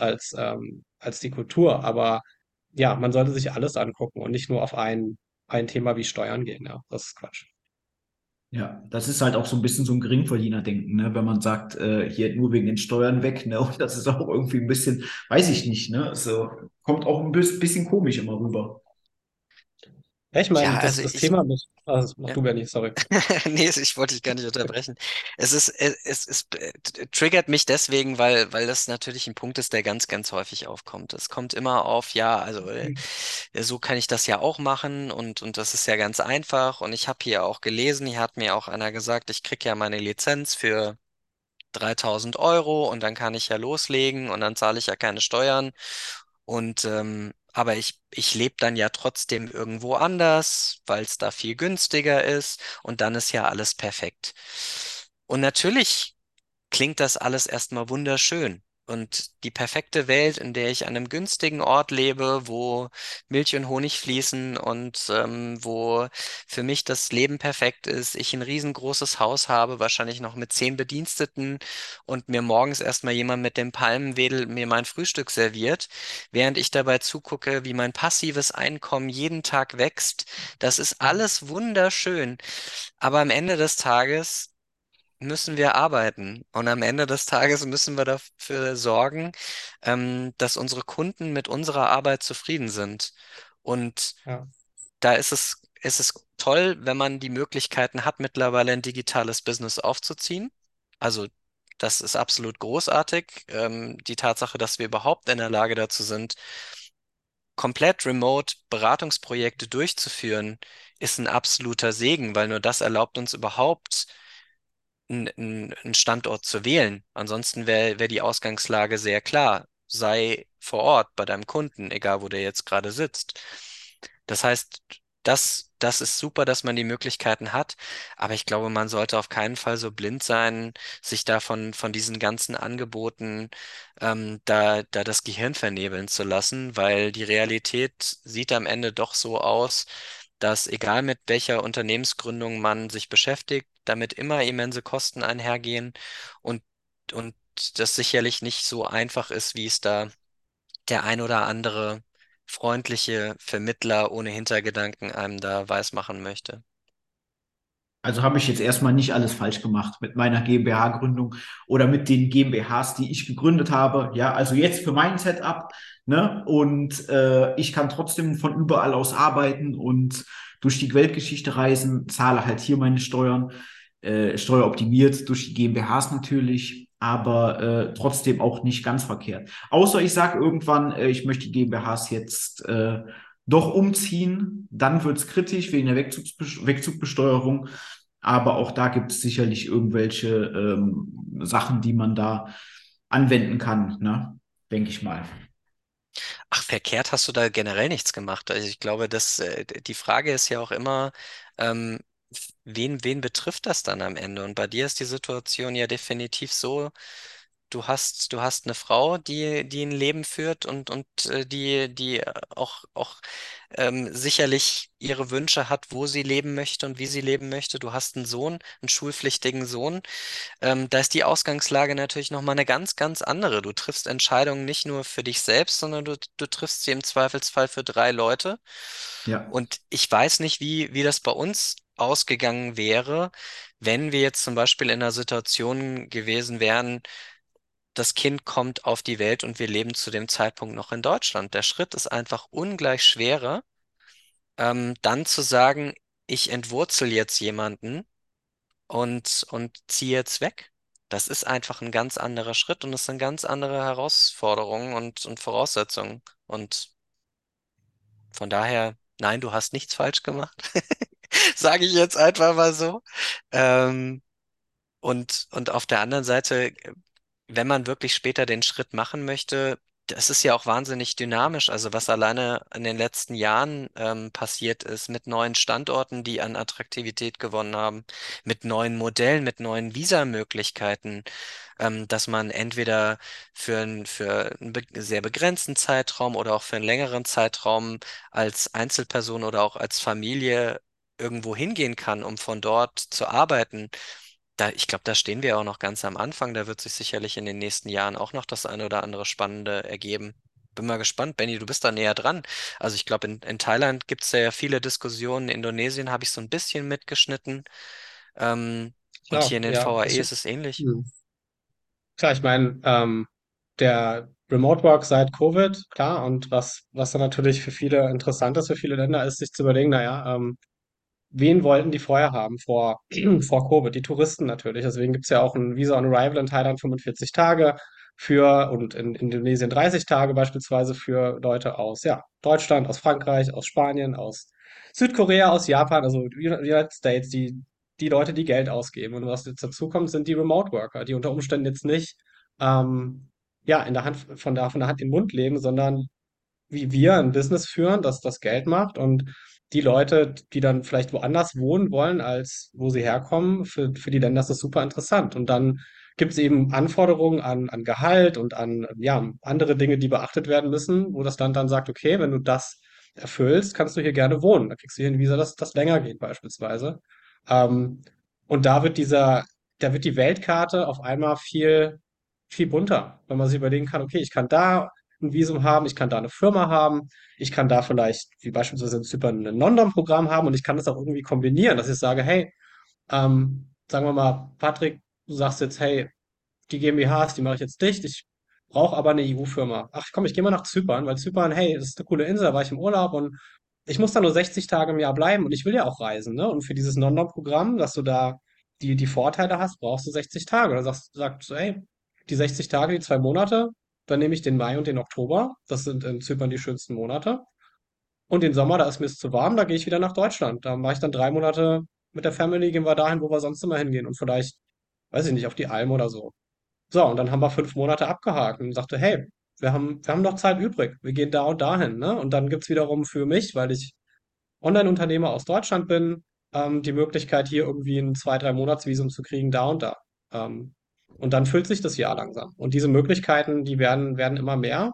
als die Kultur. Aber ja, man sollte sich alles angucken und nicht nur auf ein Thema wie Steuern gehen. Ja, das ist Quatsch. Ja, das ist halt auch so ein bisschen so ein Geringverdienerdenken, ne? Wenn man sagt, hier nur wegen den Steuern weg, ne? Und das ist auch irgendwie ein bisschen, weiß ich nicht, ne? So, kommt auch ein bisschen komisch immer rüber. Ja, ich Ja, meine, also das Thema mit, mach ja. du, Benni, sorry. Nee, ich wollte dich gar nicht unterbrechen. Es triggert mich deswegen, weil das natürlich ein Punkt ist, der ganz, ganz häufig aufkommt. Es kommt immer auf, ja, also so kann ich das ja auch machen und das ist ja ganz einfach. Und ich habe hier auch gelesen, hier hat mir auch einer gesagt, ich krieg ja meine Lizenz für 3.000 € und dann kann ich ja loslegen und dann zahle ich ja keine Steuern. Und aber ich lebe dann ja trotzdem irgendwo anders, weil es da viel günstiger ist und dann ist ja alles perfekt. Und natürlich klingt das alles erstmal wunderschön. Und die perfekte Welt, in der ich an einem günstigen Ort lebe, wo Milch und Honig fließen und wo für mich das Leben perfekt ist, ich ein riesengroßes Haus habe, wahrscheinlich noch mit 10 Bediensteten und mir morgens erstmal jemand mit dem Palmenwedel mir mein Frühstück serviert, während ich dabei zugucke, wie mein passives Einkommen jeden Tag wächst. Das ist alles wunderschön. Aber am Ende des Tages müssen wir arbeiten. Und am Ende des Tages müssen wir dafür sorgen, dass unsere Kunden mit unserer Arbeit zufrieden sind. Und Ja, da ist es toll, wenn man die Möglichkeiten hat, mittlerweile ein digitales Business aufzuziehen. Also das ist absolut großartig. Die Tatsache, dass wir überhaupt in der Lage dazu sind, komplett remote Beratungsprojekte durchzuführen, ist ein absoluter Segen, weil nur das erlaubt uns überhaupt, einen Standort zu wählen. Ansonsten wär die Ausgangslage sehr klar. Sei vor Ort bei deinem Kunden, egal wo der jetzt gerade sitzt. Das heißt, das ist super, dass man die Möglichkeiten hat, aber ich glaube, man sollte auf keinen Fall so blind sein, sich von diesen ganzen Angeboten da das Gehirn vernebeln zu lassen, weil die Realität sieht am Ende doch so aus, dass egal mit welcher Unternehmensgründung man sich beschäftigt, damit immer immense Kosten einhergehen und, und das sicherlich nicht so einfach ist, wie es da der ein oder andere freundliche Vermittler ohne Hintergedanken einem da weismachen möchte. Also habe ich jetzt erstmal nicht alles falsch gemacht mit meiner GmbH-Gründung oder mit den GmbHs, die ich gegründet habe. Ja, also jetzt für mein Setup, ne? Und ich kann trotzdem von überall aus arbeiten und durch die Weltgeschichte reisen, zahle halt hier meine Steuern, steueroptimiert durch die GmbHs natürlich, aber trotzdem auch nicht ganz verkehrt. Außer ich sage irgendwann, ich möchte die GmbHs jetzt doch umziehen, dann wird's kritisch wegen der Wegzugbesteuerung. Aber auch da gibt es sicherlich irgendwelche Sachen, die man da anwenden kann, ne? Denke ich mal. Ach, verkehrt hast du da generell nichts gemacht. Also ich glaube, die Frage ist ja auch immer, ähm, wen betrifft das dann am Ende? Und bei dir ist die Situation ja definitiv so, du hast eine Frau, die ein Leben führt und die auch sicherlich ihre Wünsche hat, wo sie leben möchte und wie sie leben möchte. Du hast einen Sohn, einen schulpflichtigen Sohn. Da ist die Ausgangslage natürlich nochmal eine ganz, ganz andere. Du triffst Entscheidungen nicht nur für dich selbst, sondern du triffst sie im Zweifelsfall für drei Leute. Ja, Und ich weiß nicht, wie das bei uns ausgegangen wäre, wenn wir jetzt zum Beispiel in einer Situation gewesen wären, das Kind kommt auf die Welt und wir leben zu dem Zeitpunkt noch in Deutschland. Der Schritt ist einfach ungleich schwerer, dann zu sagen, ich entwurzel jetzt jemanden und ziehe jetzt weg. Das ist einfach ein ganz anderer Schritt und es sind ganz andere Herausforderungen und Voraussetzungen. Und von daher, nein, du hast nichts falsch gemacht. Sage ich jetzt einfach mal so. Ähm, und auf der anderen Seite, wenn man wirklich später den Schritt machen möchte, das ist ja auch wahnsinnig dynamisch. Also was alleine in den letzten Jahren passiert ist mit neuen Standorten, die an Attraktivität gewonnen haben, mit neuen Modellen, mit neuen Visamöglichkeiten, dass man entweder für einen sehr begrenzten Zeitraum oder auch für einen längeren Zeitraum als Einzelperson oder auch als Familie irgendwo hingehen kann, um von dort zu arbeiten. Ich glaube, da stehen wir auch noch ganz am Anfang. Da wird sich sicherlich in den nächsten Jahren auch noch das eine oder andere Spannende ergeben. Bin mal gespannt. Benny, du bist da näher dran. Also ich glaube, in Thailand gibt es ja viele Diskussionen. In Indonesien habe ich so ein bisschen mitgeschnitten. Und hier Klar, in den ja. VAE ist es ähnlich. Hm. Klar, ich meine, der Remote Work seit Covid, klar, und was dann natürlich für viele interessant ist, für viele Länder, ist sich zu überlegen, naja, wen wollten die vorher haben vor Covid? Die Touristen natürlich. Deswegen gibt's ja auch ein Visa on Arrival in Thailand 45 Tage und in Indonesien 30 Tage beispielsweise für Leute aus, ja, Deutschland, aus Frankreich, aus Spanien, aus Südkorea, aus Japan, also United States, die Leute, die Geld ausgeben. Und was jetzt dazu kommt, sind die Remote Worker, die unter Umständen jetzt nicht ja, in der Hand, von der Hand in den Mund leben, sondern wie wir ein Business führen, das das Geld macht und die Leute, die dann vielleicht woanders wohnen wollen, als wo sie herkommen, für die Länder ist das super interessant. Und dann gibt es eben Anforderungen an Gehalt und an ja, andere Dinge, die beachtet werden müssen, wo das Land dann sagt, okay, wenn du das erfüllst, kannst du hier gerne wohnen. Da kriegst du hier ein Visa, das länger geht beispielsweise. Ähm, und da wird die Weltkarte auf einmal viel bunter, wenn man sich überlegen kann, okay, ich kann da ein Visum haben, ich kann da eine Firma haben, ich kann da vielleicht, wie beispielsweise in Zypern, ein London-Programm haben und ich kann das auch irgendwie kombinieren, dass ich sage, hey, sagen wir mal, Patrick, du sagst jetzt, hey, die GmbHs, die mache ich jetzt dicht, ich brauche aber eine EU-Firma. Ach komm, ich gehe mal nach Zypern, weil Zypern, hey, das ist eine coole Insel, da war ich im Urlaub und ich muss da nur 60 Tage im Jahr bleiben und ich will ja auch reisen, ne? Und für dieses London-Programm, dass du da die Vorteile hast, brauchst du 60 Tage. Dann sagst du, hey, die 60 Tage, die 2 Monate, dann nehme ich den Mai und den Oktober. Das sind in Zypern die schönsten Monate. Und den Sommer, da ist mir zu warm, da gehe ich wieder nach Deutschland. Da mache ich dann 3 Monate mit der Family, gehen wir dahin, wo wir sonst immer hingehen. Und vielleicht, weiß ich nicht, auf die Alm oder so. So, und dann haben wir 5 Monate abgehakt und sagte, hey, wir haben noch Zeit übrig. Wir gehen da und dahin, ne? Und dann gibt's wiederum für mich, weil ich Online-Unternehmer aus Deutschland bin, die Möglichkeit, hier irgendwie ein 2, 3 Monatsvisum zu kriegen, da und da. Ähm, und dann füllt sich das Jahr langsam. Und diese Möglichkeiten, die werden immer mehr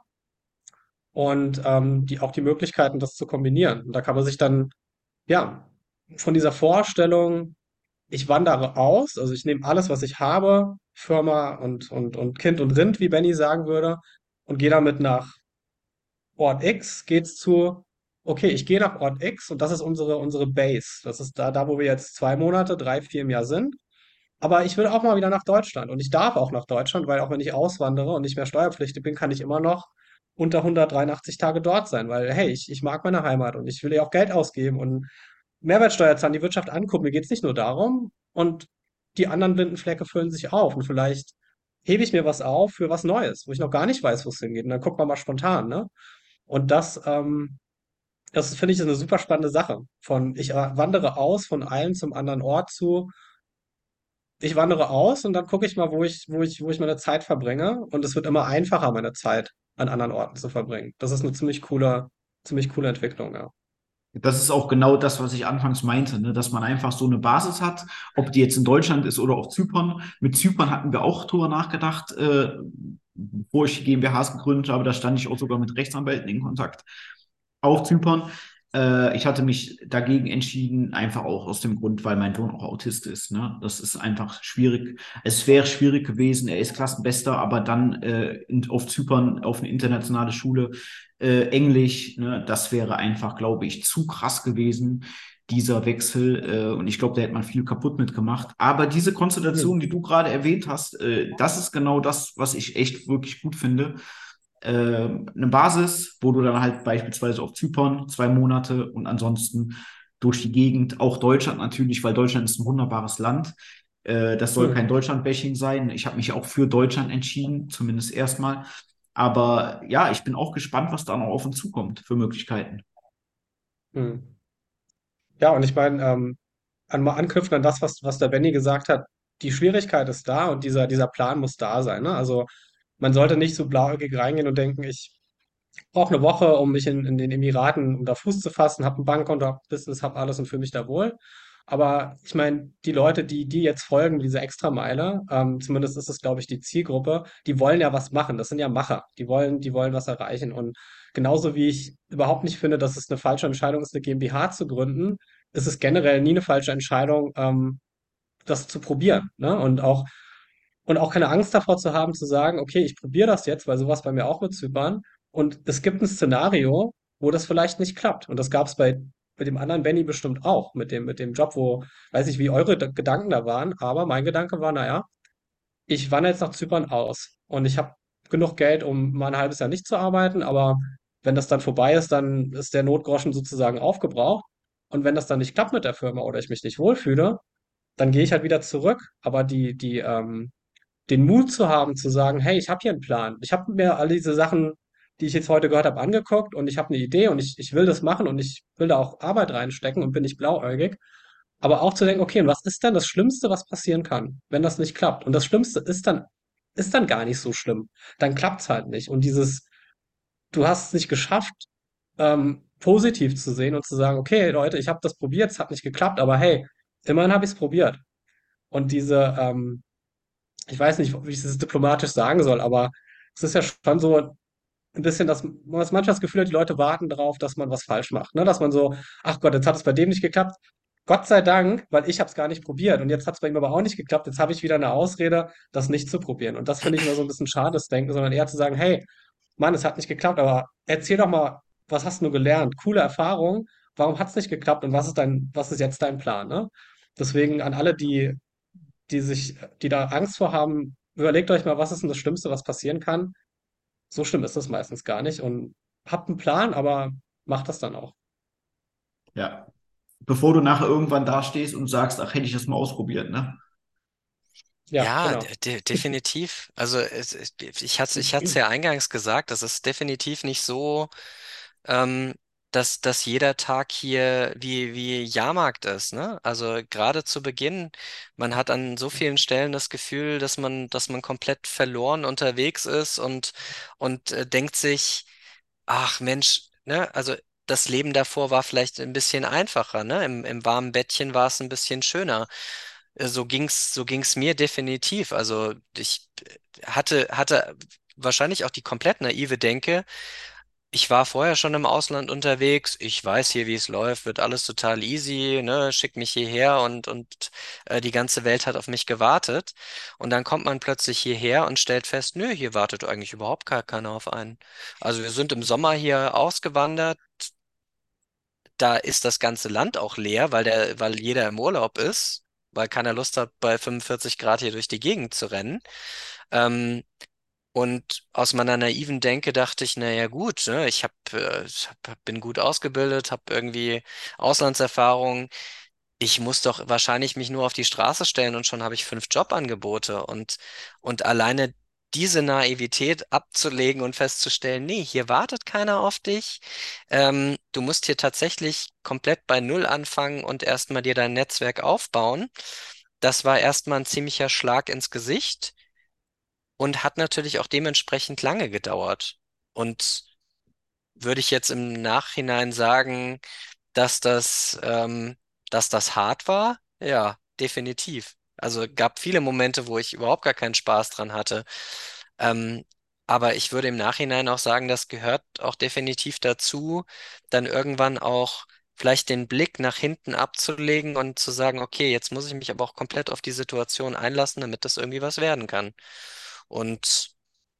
und auch die Möglichkeiten, das zu kombinieren. Und da kann man sich dann, ja, von dieser Vorstellung, ich wandere aus, also ich nehme alles, was ich habe, Firma und Kind und Rind, wie Benny sagen würde, und gehe damit nach Ort X, geht's zu, okay, ich gehe nach Ort X und das ist unsere Base. Das ist da, wo wir jetzt 2 Monate, 3, 4 im Jahr sind. Aber ich will auch mal wieder nach Deutschland und ich darf auch nach Deutschland, weil auch wenn ich auswandere und nicht mehr steuerpflichtig bin, kann ich immer noch unter 183 Tage dort sein, weil hey, ich mag meine Heimat und ich will ja auch Geld ausgeben und Mehrwertsteuer zahlen, die Wirtschaft angucken. Mir geht's nicht nur darum und die anderen blinden Flecke füllen sich auf und vielleicht hebe ich mir was auf für was Neues, wo ich noch gar nicht weiß, wo es hingeht. Und dann gucken wir mal spontan, ne? Und das finde ich ist eine super spannende Sache. Ich wandere aus von einem zum anderen Ort zu, ich wandere aus und dann gucke ich mal, wo ich meine Zeit verbringe. Und es wird immer einfacher, meine Zeit an anderen Orten zu verbringen. Das ist eine ziemlich coole Entwicklung, ja. Das ist auch genau das, was ich anfangs meinte, ne? Dass man einfach so eine Basis hat, ob die jetzt in Deutschland ist oder auf Zypern. Mit Zypern hatten wir auch drüber nachgedacht, bevor ich die GmbHs gegründet habe. Da stand ich auch sogar mit Rechtsanwälten in Kontakt auf Zypern. Ich hatte mich dagegen entschieden, einfach auch aus dem Grund, weil mein Sohn auch Autist ist. Ne? Das ist einfach schwierig. Es wäre schwierig gewesen. Er ist Klassenbester, aber dann auf Zypern auf eine internationale Schule, Englisch, ne? Das wäre einfach, glaube ich, zu krass gewesen, dieser Wechsel. Und ich glaube, da hätte man viel kaputt mitgemacht. Aber diese Hm. Konstellation, die du gerade erwähnt hast, das ist genau das, was ich echt wirklich gut finde, eine Basis, wo du dann halt beispielsweise auf Zypern 2 Monate und ansonsten durch die Gegend, auch Deutschland natürlich, weil Deutschland ist ein wunderbares Land. Das soll kein Hm. Deutschland-Bashing sein. Ich habe mich auch für Deutschland entschieden, zumindest erstmal. Aber ja, ich bin auch gespannt, was da noch auf uns zukommt für Möglichkeiten. Hm. Ja, und ich meine, mal anknüpfen an das, was der Benny gesagt hat, die Schwierigkeit ist da und dieser Plan muss da sein, ne? Also man sollte nicht so blauäugig reingehen und denken, ich brauche eine Woche, um mich in den Emiraten unter Fuß zu fassen, habe ein Bankkonto, hab Business, habe alles und fühle mich da wohl. Aber ich meine, die Leute, die jetzt folgen, diese Extrameile, zumindest ist es, glaube ich, die Zielgruppe, die wollen ja was machen. Das sind ja Macher. Die wollen was erreichen. Und genauso wie ich überhaupt nicht finde, dass es eine falsche Entscheidung ist, eine GmbH zu gründen, ist es generell nie eine falsche Entscheidung, das zu probieren. Ne? Und auch keine Angst davor zu haben, zu sagen, okay, ich probiere das jetzt, weil sowas bei mir auch mit Zypern. Und es gibt ein Szenario, wo das vielleicht nicht klappt. Und das gab es bei dem anderen Benny bestimmt auch, mit dem Job, wo, weiß nicht, wie eure Gedanken da waren, aber mein Gedanke war, naja, ich wandere jetzt nach Zypern aus und ich habe genug Geld, um mal ein halbes Jahr nicht zu arbeiten, aber wenn das dann vorbei ist, dann ist der Notgroschen sozusagen aufgebraucht. Und wenn das dann nicht klappt mit der Firma oder ich mich nicht wohlfühle, dann gehe ich halt wieder zurück. Aber den Mut zu haben, zu sagen, hey, ich habe hier einen Plan. Ich habe mir all diese Sachen, die ich jetzt heute gehört habe, angeguckt und ich habe eine Idee und ich will das machen und ich will da auch Arbeit reinstecken und bin nicht blauäugig. Aber auch zu denken, okay, und was ist denn das Schlimmste, was passieren kann, wenn das nicht klappt? Und das Schlimmste ist dann gar nicht so schlimm. Dann klappt's halt nicht. Und du hast es nicht geschafft, positiv zu sehen und zu sagen, okay, Leute, ich habe das probiert, es hat nicht geklappt, aber hey, immerhin habe ich es probiert. Und ich weiß nicht, wie ich das diplomatisch sagen soll, aber es ist ja schon so ein bisschen, dass man manchmal das Gefühl hat, die Leute warten darauf, dass man was falsch macht. Ne? Dass man so, ach Gott, jetzt hat es bei dem nicht geklappt. Gott sei Dank, weil ich habe es gar nicht probiert und jetzt hat es bei ihm aber auch nicht geklappt. Jetzt habe ich wieder eine Ausrede, das nicht zu probieren. Und das finde ich immer so ein bisschen schade, das Denken, sondern eher zu sagen, hey, Mann, es hat nicht geklappt, aber erzähl doch mal, was hast du gelernt? Coole Erfahrung. Warum hat es nicht geklappt und was ist jetzt dein Plan? Ne? Deswegen an alle, die da Angst vor haben, überlegt euch mal, was ist denn das Schlimmste, was passieren kann? So schlimm ist das meistens gar nicht und habt einen Plan, aber macht das dann auch. Ja. Bevor du nachher irgendwann dastehst und sagst, ach, hätte ich das mal ausprobiert, ne? Ja, Ja, genau. definitiv. Also ich hatte es ja eingangs gesagt, das ist definitiv nicht so, ähm, dass jeder Tag hier wie Jahrmarkt ist, ne? Also gerade zu Beginn, man hat an so vielen Stellen das Gefühl, dass man komplett verloren unterwegs ist und denkt sich, ach Mensch, ne? Also das Leben davor war vielleicht ein bisschen einfacher, ne? Im warmen Bettchen war es ein bisschen schöner. So ging's mir definitiv. Also ich hatte wahrscheinlich auch die komplett naive Denke, ich war vorher schon im Ausland unterwegs. Ich weiß hier, wie es läuft, wird alles total easy, ne? Schick mich hierher und die ganze Welt hat auf mich gewartet. Und dann kommt man plötzlich hierher und stellt fest, nö, hier wartet eigentlich überhaupt gar keiner auf einen. Also wir sind im Sommer hier ausgewandert. Da ist das ganze Land auch leer, weil jeder im Urlaub ist, weil keiner Lust hat, bei 45 Grad hier durch die Gegend zu rennen. Ähm, und aus meiner naiven Denke dachte ich, naja gut, ne, bin gut ausgebildet, habe irgendwie Auslandserfahrung. Ich muss doch wahrscheinlich mich nur auf die Straße stellen und schon habe ich 5 Jobangebote. Und alleine diese Naivität abzulegen und festzustellen, nee, hier wartet keiner auf dich. Du musst hier tatsächlich komplett bei Null anfangen und erstmal dir dein Netzwerk aufbauen. Das war erstmal ein ziemlicher Schlag ins Gesicht und hat natürlich auch dementsprechend lange gedauert. Und würde ich jetzt im Nachhinein sagen, dass dass das hart war? Ja, definitiv. Also gab viele Momente, wo ich überhaupt gar keinen Spaß dran hatte. Ähm, aber ich würde im Nachhinein auch sagen, das gehört auch definitiv dazu, dann irgendwann auch vielleicht den Blick nach hinten abzulegen und zu sagen, okay, jetzt muss ich mich aber auch komplett auf die Situation einlassen, damit das irgendwie was werden kann. Und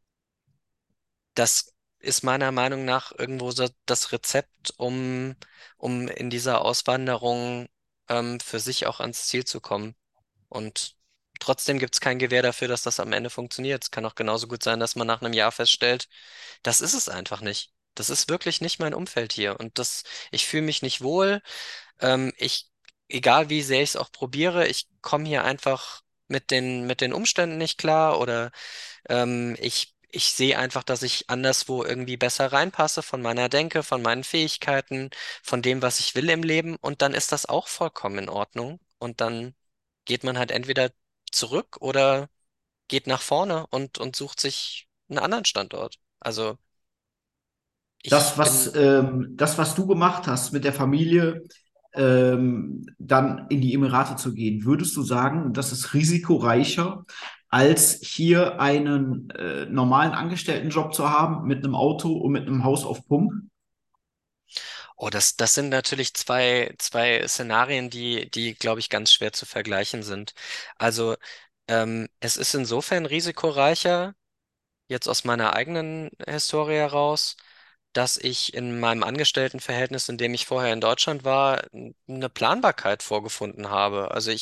das ist meiner Meinung nach irgendwo so das Rezept, um in dieser Auswanderung für sich auch ans Ziel zu kommen. Und trotzdem gibt es kein Gewähr dafür, dass das am Ende funktioniert. Es kann auch genauso gut sein, dass man nach einem Jahr feststellt, das ist es einfach nicht. Das ist wirklich nicht mein Umfeld hier. Ich fühle mich nicht wohl. Egal wie sehr ich es auch probiere, ich komme hier einfach mit den Umständen nicht klar oder ich sehe einfach, dass ich anderswo irgendwie besser reinpasse von meiner Denke, von meinen Fähigkeiten, von dem, was ich will im Leben. Und dann ist das auch vollkommen in Ordnung. Und dann geht man halt entweder zurück oder geht nach vorne und sucht sich einen anderen Standort. Also ich bin Das, was du gemacht hast mit der Familie, dann in die Emirate zu gehen, würdest du sagen, das ist risikoreicher, als hier einen normalen Angestelltenjob zu haben mit einem Auto und mit einem Haus auf Pump? Oh, das sind natürlich zwei Szenarien, die, glaube ich, ganz schwer zu vergleichen sind. Also, es ist insofern risikoreicher, jetzt aus meiner eigenen Historie heraus, dass ich in meinem Angestelltenverhältnis, in dem ich vorher in Deutschland war, eine Planbarkeit vorgefunden habe. Also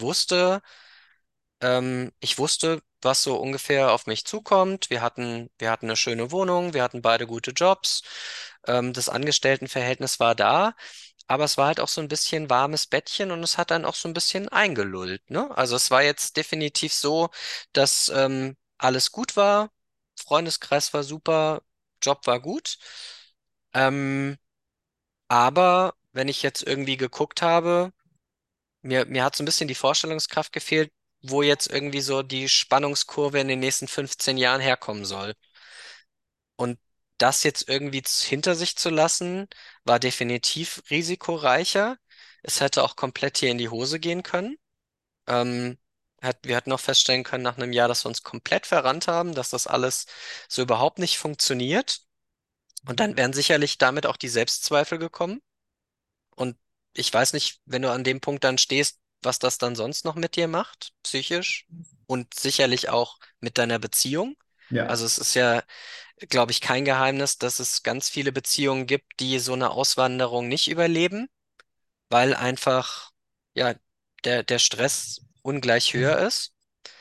ich wusste, was so ungefähr auf mich zukommt. Wir hatten eine schöne Wohnung, wir hatten beide gute Jobs. Das Angestelltenverhältnis war da, aber es war halt auch so ein bisschen warmes Bettchen und es hat dann auch so ein bisschen eingelullt, ne? Also es war jetzt definitiv so, dass alles gut war, Freundeskreis war super, Job war gut. Ähm, aber wenn ich jetzt irgendwie geguckt habe, mir hat so ein bisschen die Vorstellungskraft gefehlt, wo jetzt irgendwie so die Spannungskurve in den nächsten 15 Jahren herkommen soll. Und das jetzt irgendwie hinter sich zu lassen, war definitiv risikoreicher. Es hätte auch komplett hier in die Hose gehen können. Ähm, wir hätten auch feststellen können nach einem Jahr, dass wir uns komplett verrannt haben, dass das alles so überhaupt nicht funktioniert. Und dann wären sicherlich damit auch die Selbstzweifel gekommen. Und ich weiß nicht, wenn du an dem Punkt dann stehst, was das dann sonst noch mit dir macht, psychisch und sicherlich auch mit deiner Beziehung. Ja. Also es ist ja, glaube ich, kein Geheimnis, dass es ganz viele Beziehungen gibt, die so eine Auswanderung nicht überleben, weil einfach, ja, der Stress ungleich höher ist.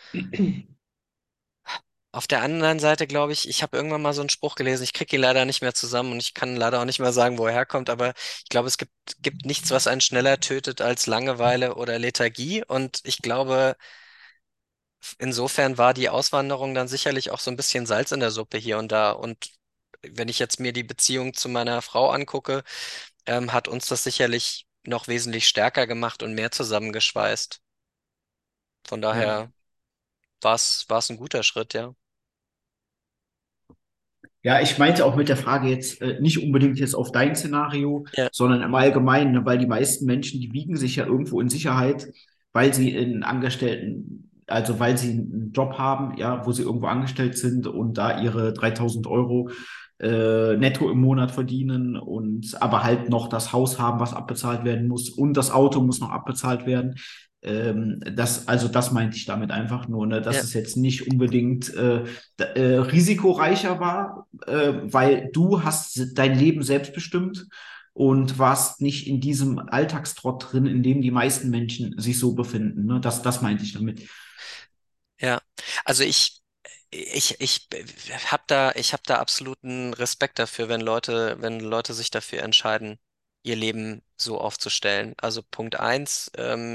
Auf der anderen Seite glaube ich, ich habe irgendwann mal so einen Spruch gelesen, ich kriege ihn leider nicht mehr zusammen und ich kann leider auch nicht mehr sagen, wo er herkommt, aber ich glaube, gibt nichts, was einen schneller tötet als Langeweile oder Lethargie. Und ich glaube, insofern war die Auswanderung dann sicherlich auch so ein bisschen Salz in der Suppe hier und da. Und wenn ich jetzt mir die Beziehung zu meiner Frau angucke, hat uns das sicherlich noch wesentlich stärker gemacht und mehr zusammengeschweißt. Von Ja. daher war es ein guter Schritt, ja. Ja, ich meinte auch mit der Frage jetzt nicht unbedingt jetzt auf dein Szenario, Ja, sondern im Allgemeinen, ne, weil die meisten Menschen, die wiegen sich ja irgendwo in Sicherheit, weil sie in Angestellten, also weil sie einen Job haben, ja, wo sie irgendwo angestellt sind und da ihre 3.000 Euro netto im Monat verdienen und aber halt noch das Haus haben, was abbezahlt werden muss und das Auto muss noch abbezahlt werden. Also das meinte ich damit einfach nur, ne, dass ja, es jetzt nicht unbedingt risikoreicher war, weil du hast dein Leben selbstbestimmt und warst nicht in diesem Alltagstrott drin, in dem die meisten Menschen sich so befinden. Ne? Das meinte ich damit. ja. Also ich ich hab da absoluten Respekt dafür, wenn Leute sich dafür entscheiden, ihr Leben so aufzustellen. Also Punkt eins,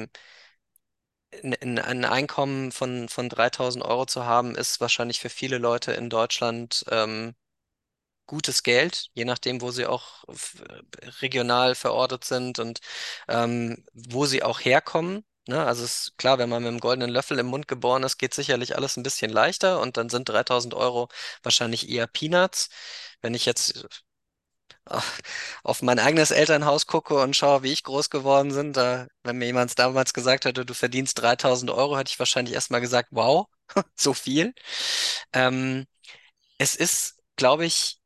ein Einkommen von 3.000 Euro zu haben, ist wahrscheinlich für viele Leute in Deutschland gutes Geld, je nachdem, wo sie auch regional verortet sind und wo sie auch herkommen. Ne? Also es ist klar, wenn man mit einem goldenen Löffel im Mund geboren ist, geht sicherlich alles ein bisschen leichter und dann sind 3.000 Euro wahrscheinlich eher Peanuts. Wenn ich jetzt äh, auf mein eigenes Elternhaus gucke und schaue, wie ich groß geworden bin, wenn mir jemand damals gesagt hätte, du verdienst 3.000 Euro, hätte ich wahrscheinlich erstmal gesagt, wow, so viel. Ähm, Es ist, glaube ich,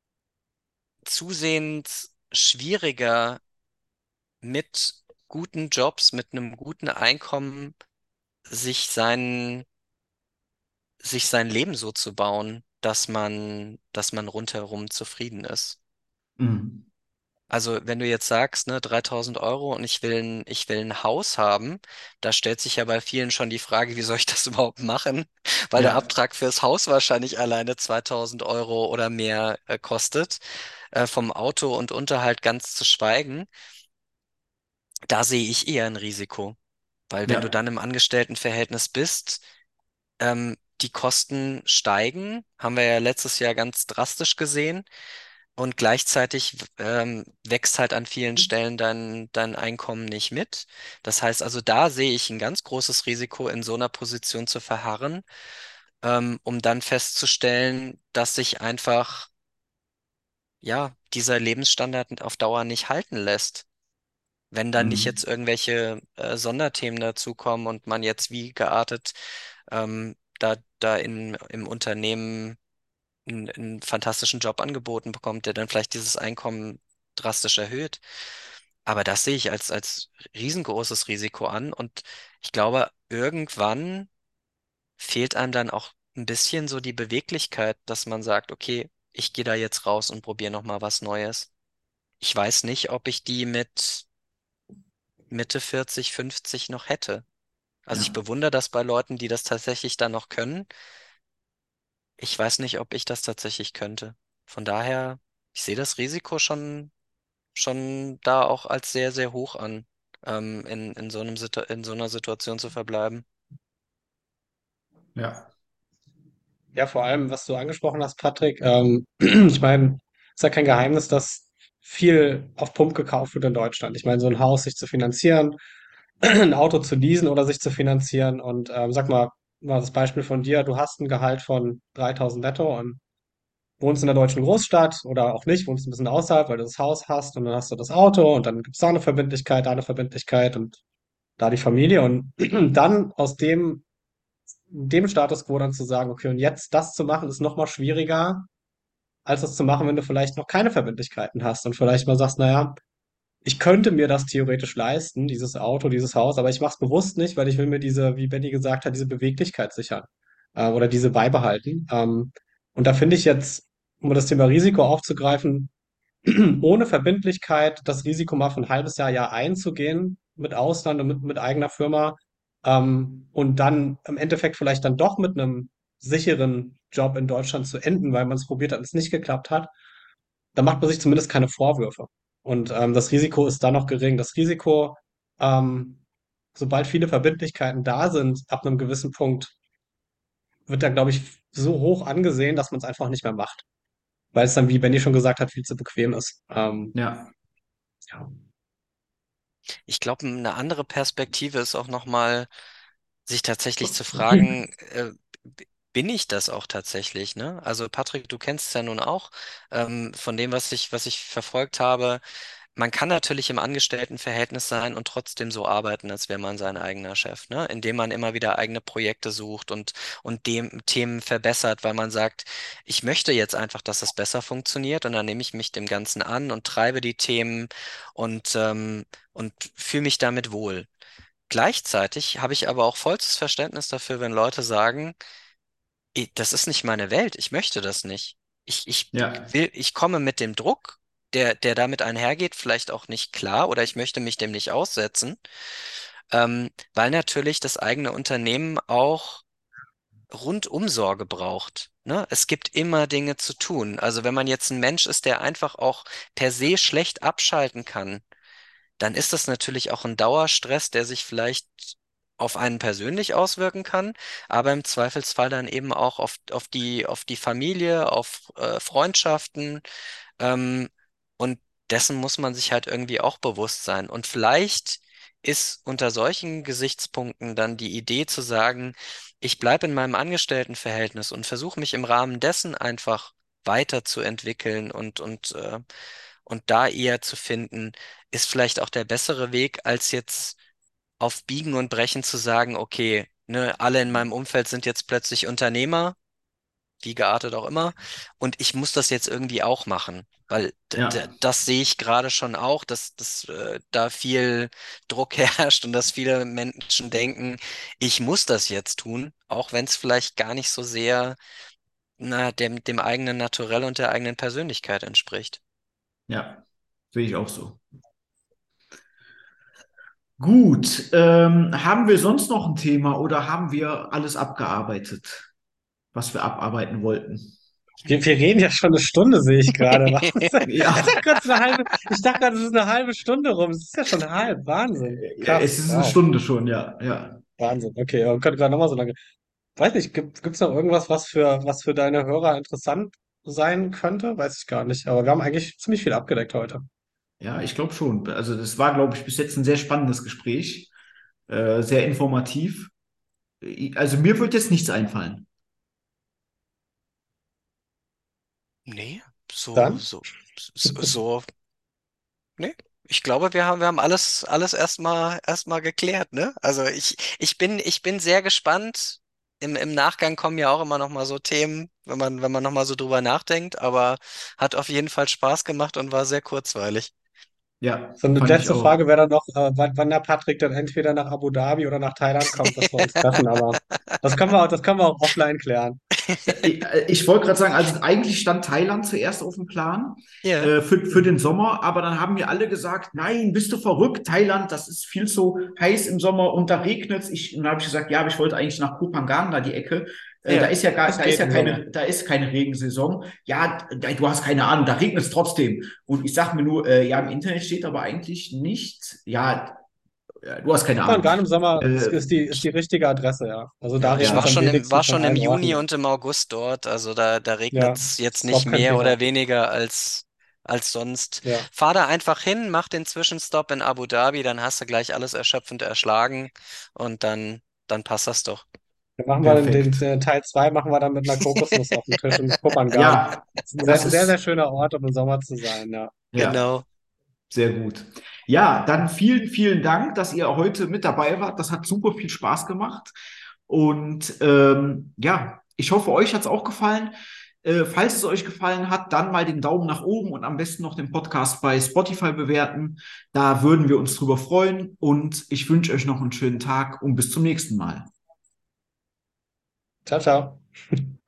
zusehends schwieriger mit guten Jobs, mit einem guten Einkommen, sich sein, sich sein Leben so zu bauen, dass man rundherum zufrieden ist. Mhm. Also wenn du jetzt sagst, ne, 3.000 Euro und ich will ein Haus haben, da stellt sich ja bei vielen schon die Frage, wie soll ich das überhaupt machen? Weil der Ja, Abtrag fürs Haus wahrscheinlich alleine 2.000 Euro oder mehr kostet, vom Auto und Unterhalt ganz zu schweigen. Da sehe ich eher ein Risiko, weil wenn du ja, dann im Angestelltenverhältnis bist, die Kosten steigen, haben wir ja letztes Jahr ganz drastisch gesehen. Und gleichzeitig wächst halt an vielen Stellen dein Einkommen nicht mit. Das heißt also, da sehe ich ein ganz großes Risiko, in so einer Position zu verharren, um dann festzustellen, dass sich einfach, ja, dieser Lebensstandard auf Dauer nicht halten lässt. Wenn da nicht mhm. jetzt irgendwelche Sonderthemen dazukommen und man jetzt wie geartet da im Unternehmen einen fantastischen Job angeboten bekommt, der dann vielleicht dieses Einkommen drastisch erhöht. Aber das sehe ich als riesengroßes Risiko an und ich glaube, irgendwann fehlt einem dann auch ein bisschen so die Beweglichkeit, dass man sagt, okay, ich gehe da jetzt raus und probiere noch mal was Neues. Ich weiß nicht, ob ich die mit Mitte 40, 50 noch hätte. Also ich Ja, bewundere das bei Leuten, die das tatsächlich dann noch können. Ich weiß nicht, ob ich das tatsächlich könnte. Von daher, ich sehe das Risiko schon da auch als sehr, sehr hoch an, in so einer Situation zu verbleiben. ja, Ja, vor allem, was du angesprochen hast, Patrick, ich meine, ist ja kein Geheimnis, dass viel auf Pump gekauft wird in Deutschland. Ich meine, so ein Haus sich zu finanzieren, ein Auto zu leasen oder sich zu finanzieren und sag mal das Beispiel von dir, du hast ein Gehalt von 3.000 netto und wohnst in der deutschen Großstadt oder auch nicht, wohnst ein bisschen außerhalb, weil du das Haus hast und dann hast du das Auto und dann gibt's da eine Verbindlichkeit und da die Familie und dann aus dem Status quo dann zu sagen, okay, und jetzt das zu machen, ist noch mal schwieriger, als das zu machen, wenn du vielleicht noch keine Verbindlichkeiten hast und vielleicht mal sagst, naja, ich könnte mir das theoretisch leisten, dieses Auto, dieses Haus, aber ich mache es bewusst nicht, weil ich will mir diese, wie Benny gesagt hat, diese Beweglichkeit sichern oder diese beibehalten. Und da finde ich jetzt, um das Thema Risiko aufzugreifen, ohne Verbindlichkeit das Risiko mal für ein halbes Jahr einzugehen mit Ausland und mit eigener Firma und dann im Endeffekt vielleicht dann doch mit einem sicheren Job in Deutschland zu enden, weil man es probiert hat und es nicht geklappt hat, da macht man sich zumindest keine Vorwürfe. Und das Risiko ist dann noch gering. Das Risiko, ähm, sobald viele Verbindlichkeiten da sind, ab einem gewissen Punkt, wird dann, glaube ich, so hoch angesehen, dass man es einfach nicht mehr macht. Weil es dann, wie Benny schon gesagt hat, viel zu bequem ist. ja, Ja. Ich glaube, eine andere Perspektive ist auch nochmal, sich tatsächlich zu fragen, bin ich das auch tatsächlich, ne? Also Patrick, du kennst es ja nun auch, von dem, was ich verfolgt habe. Man kann natürlich im Angestelltenverhältnis sein und trotzdem so arbeiten, als wäre man sein eigener Chef, ne? Indem man immer wieder eigene Projekte sucht und dem Themen verbessert, weil man sagt, ich möchte jetzt einfach, dass es besser funktioniert und dann nehme ich mich dem Ganzen an und treibe die Themen und fühle mich damit wohl. Gleichzeitig habe ich aber auch vollstes Verständnis dafür, wenn Leute sagen, das ist nicht meine Welt, ich möchte das nicht. Ja, Ich komme mit dem Druck, der damit einhergeht, vielleicht auch nicht klar oder ich möchte mich dem nicht aussetzen, weil natürlich das eigene Unternehmen auch Rundumsorge braucht. Ne? Es gibt immer Dinge zu tun. Also wenn man jetzt ein Mensch ist, der einfach auch per se schlecht abschalten kann, dann ist das natürlich auch ein Dauerstress, der sich vielleicht auf einen persönlich auswirken kann, aber im Zweifelsfall dann eben auch auf die Familie, auf Freundschaften. Ähm, und dessen muss man sich halt irgendwie auch bewusst sein. Und vielleicht ist unter solchen Gesichtspunkten dann die Idee zu sagen, ich bleibe in meinem Angestelltenverhältnis und versuche mich im Rahmen dessen einfach weiterzuentwickeln und da eher zu finden, ist vielleicht auch der bessere Weg, als jetzt auf Biegen und Brechen zu sagen, okay, ne, alle in meinem Umfeld sind jetzt plötzlich Unternehmer, wie geartet auch immer, und ich muss das jetzt irgendwie auch machen. Weil ja, das sehe ich gerade schon auch, dass da viel Druck herrscht und dass viele Menschen denken, ich muss das jetzt tun, auch wenn es vielleicht gar nicht so sehr dem eigenen Naturell und der eigenen Persönlichkeit entspricht. ja, sehe ich auch so. Gut, haben wir sonst noch ein Thema oder haben wir alles abgearbeitet, was wir abarbeiten wollten? Wir reden ja schon eine Stunde, sehe ich gerade. Warum ist das? Ich Ja, dachte gerade, es ist eine halbe, ich dachte gerade, es ist eine halbe Stunde rum. Es ist ja schon halb. Wahnsinn. es Krass. ist eine Wow. Stunde schon, ja, ja. Wahnsinn. Okay, und könnte gerade nochmal so lange. Weiß nicht, gibt's noch irgendwas, was für deine Hörer interessant sein könnte? Weiß ich gar nicht. Aber wir haben eigentlich ziemlich viel abgedeckt heute. Ja, ich glaube schon. Also das war, glaube ich, bis jetzt ein sehr spannendes Gespräch, sehr informativ. Also mir wird jetzt nichts einfallen. Nee, Dann, so, nee. Ich glaube, wir haben alles erstmal geklärt, ne? Also ich bin sehr gespannt. Im Nachgang kommen ja auch immer noch mal so Themen, wenn man noch mal so drüber nachdenkt, aber hat auf jeden Fall Spaß gemacht und war sehr kurzweilig. Ja, so eine fand ich letzte Frage auch. wäre dann noch, wann der Patrick dann entweder nach Abu Dhabi oder nach Thailand kommt, dass wir uns treffen. Aber das können wir auch offline klären. Ich wollte gerade sagen, also eigentlich stand Thailand zuerst auf dem Plan Ja, für den Sommer, aber dann haben mir alle gesagt, nein, bist du verrückt, Thailand, das ist viel zu heiß im Sommer und da regnet's. Und dann habe ich gesagt, ja, aber ich wollte eigentlich nach Koh Phangan, da die Ecke. ja, das Da ist geht ja im Sommer. da ist keine Regensaison. Ja, du hast keine Ahnung, da regnet es trotzdem. Und ich sage mir nur, ja, im Internet steht aber eigentlich nicht, ja, du hast keine Ahnung. Kopangan im Sommer Äh, ist die richtige Adresse, ja. Also da Ja, ich regnet es am wenigsten war von schon im allen Juni Orten. und im August dort, also da regnet Ja, es jetzt ist nicht überhaupt kein mehr oder Thema. weniger als sonst. Ja. Fahr da einfach hin, mach den Zwischenstopp in Abu Dhabi, dann hast du gleich alles erschöpfend erschlagen und dann passt das doch. Dann machen wir perfekt. Teil 2 machen wir dann mit einer Kokosnuss auf dem Tisch in Kopangan. Ja, Das ist ein das sehr, sehr ist, schöner Ort, um im Sommer zu sein, ja. ja. Genau. Sehr gut. Ja, dann vielen Dank, dass ihr heute mit dabei wart. Das hat super viel Spaß gemacht. Und ja, ich hoffe, euch hat es auch gefallen. Falls es euch gefallen hat, dann mal den Daumen nach oben und am besten noch den Podcast bei Spotify bewerten. Da würden wir uns drüber freuen. Und ich wünsche euch noch einen schönen Tag und bis zum nächsten Mal. Ciao, ciao.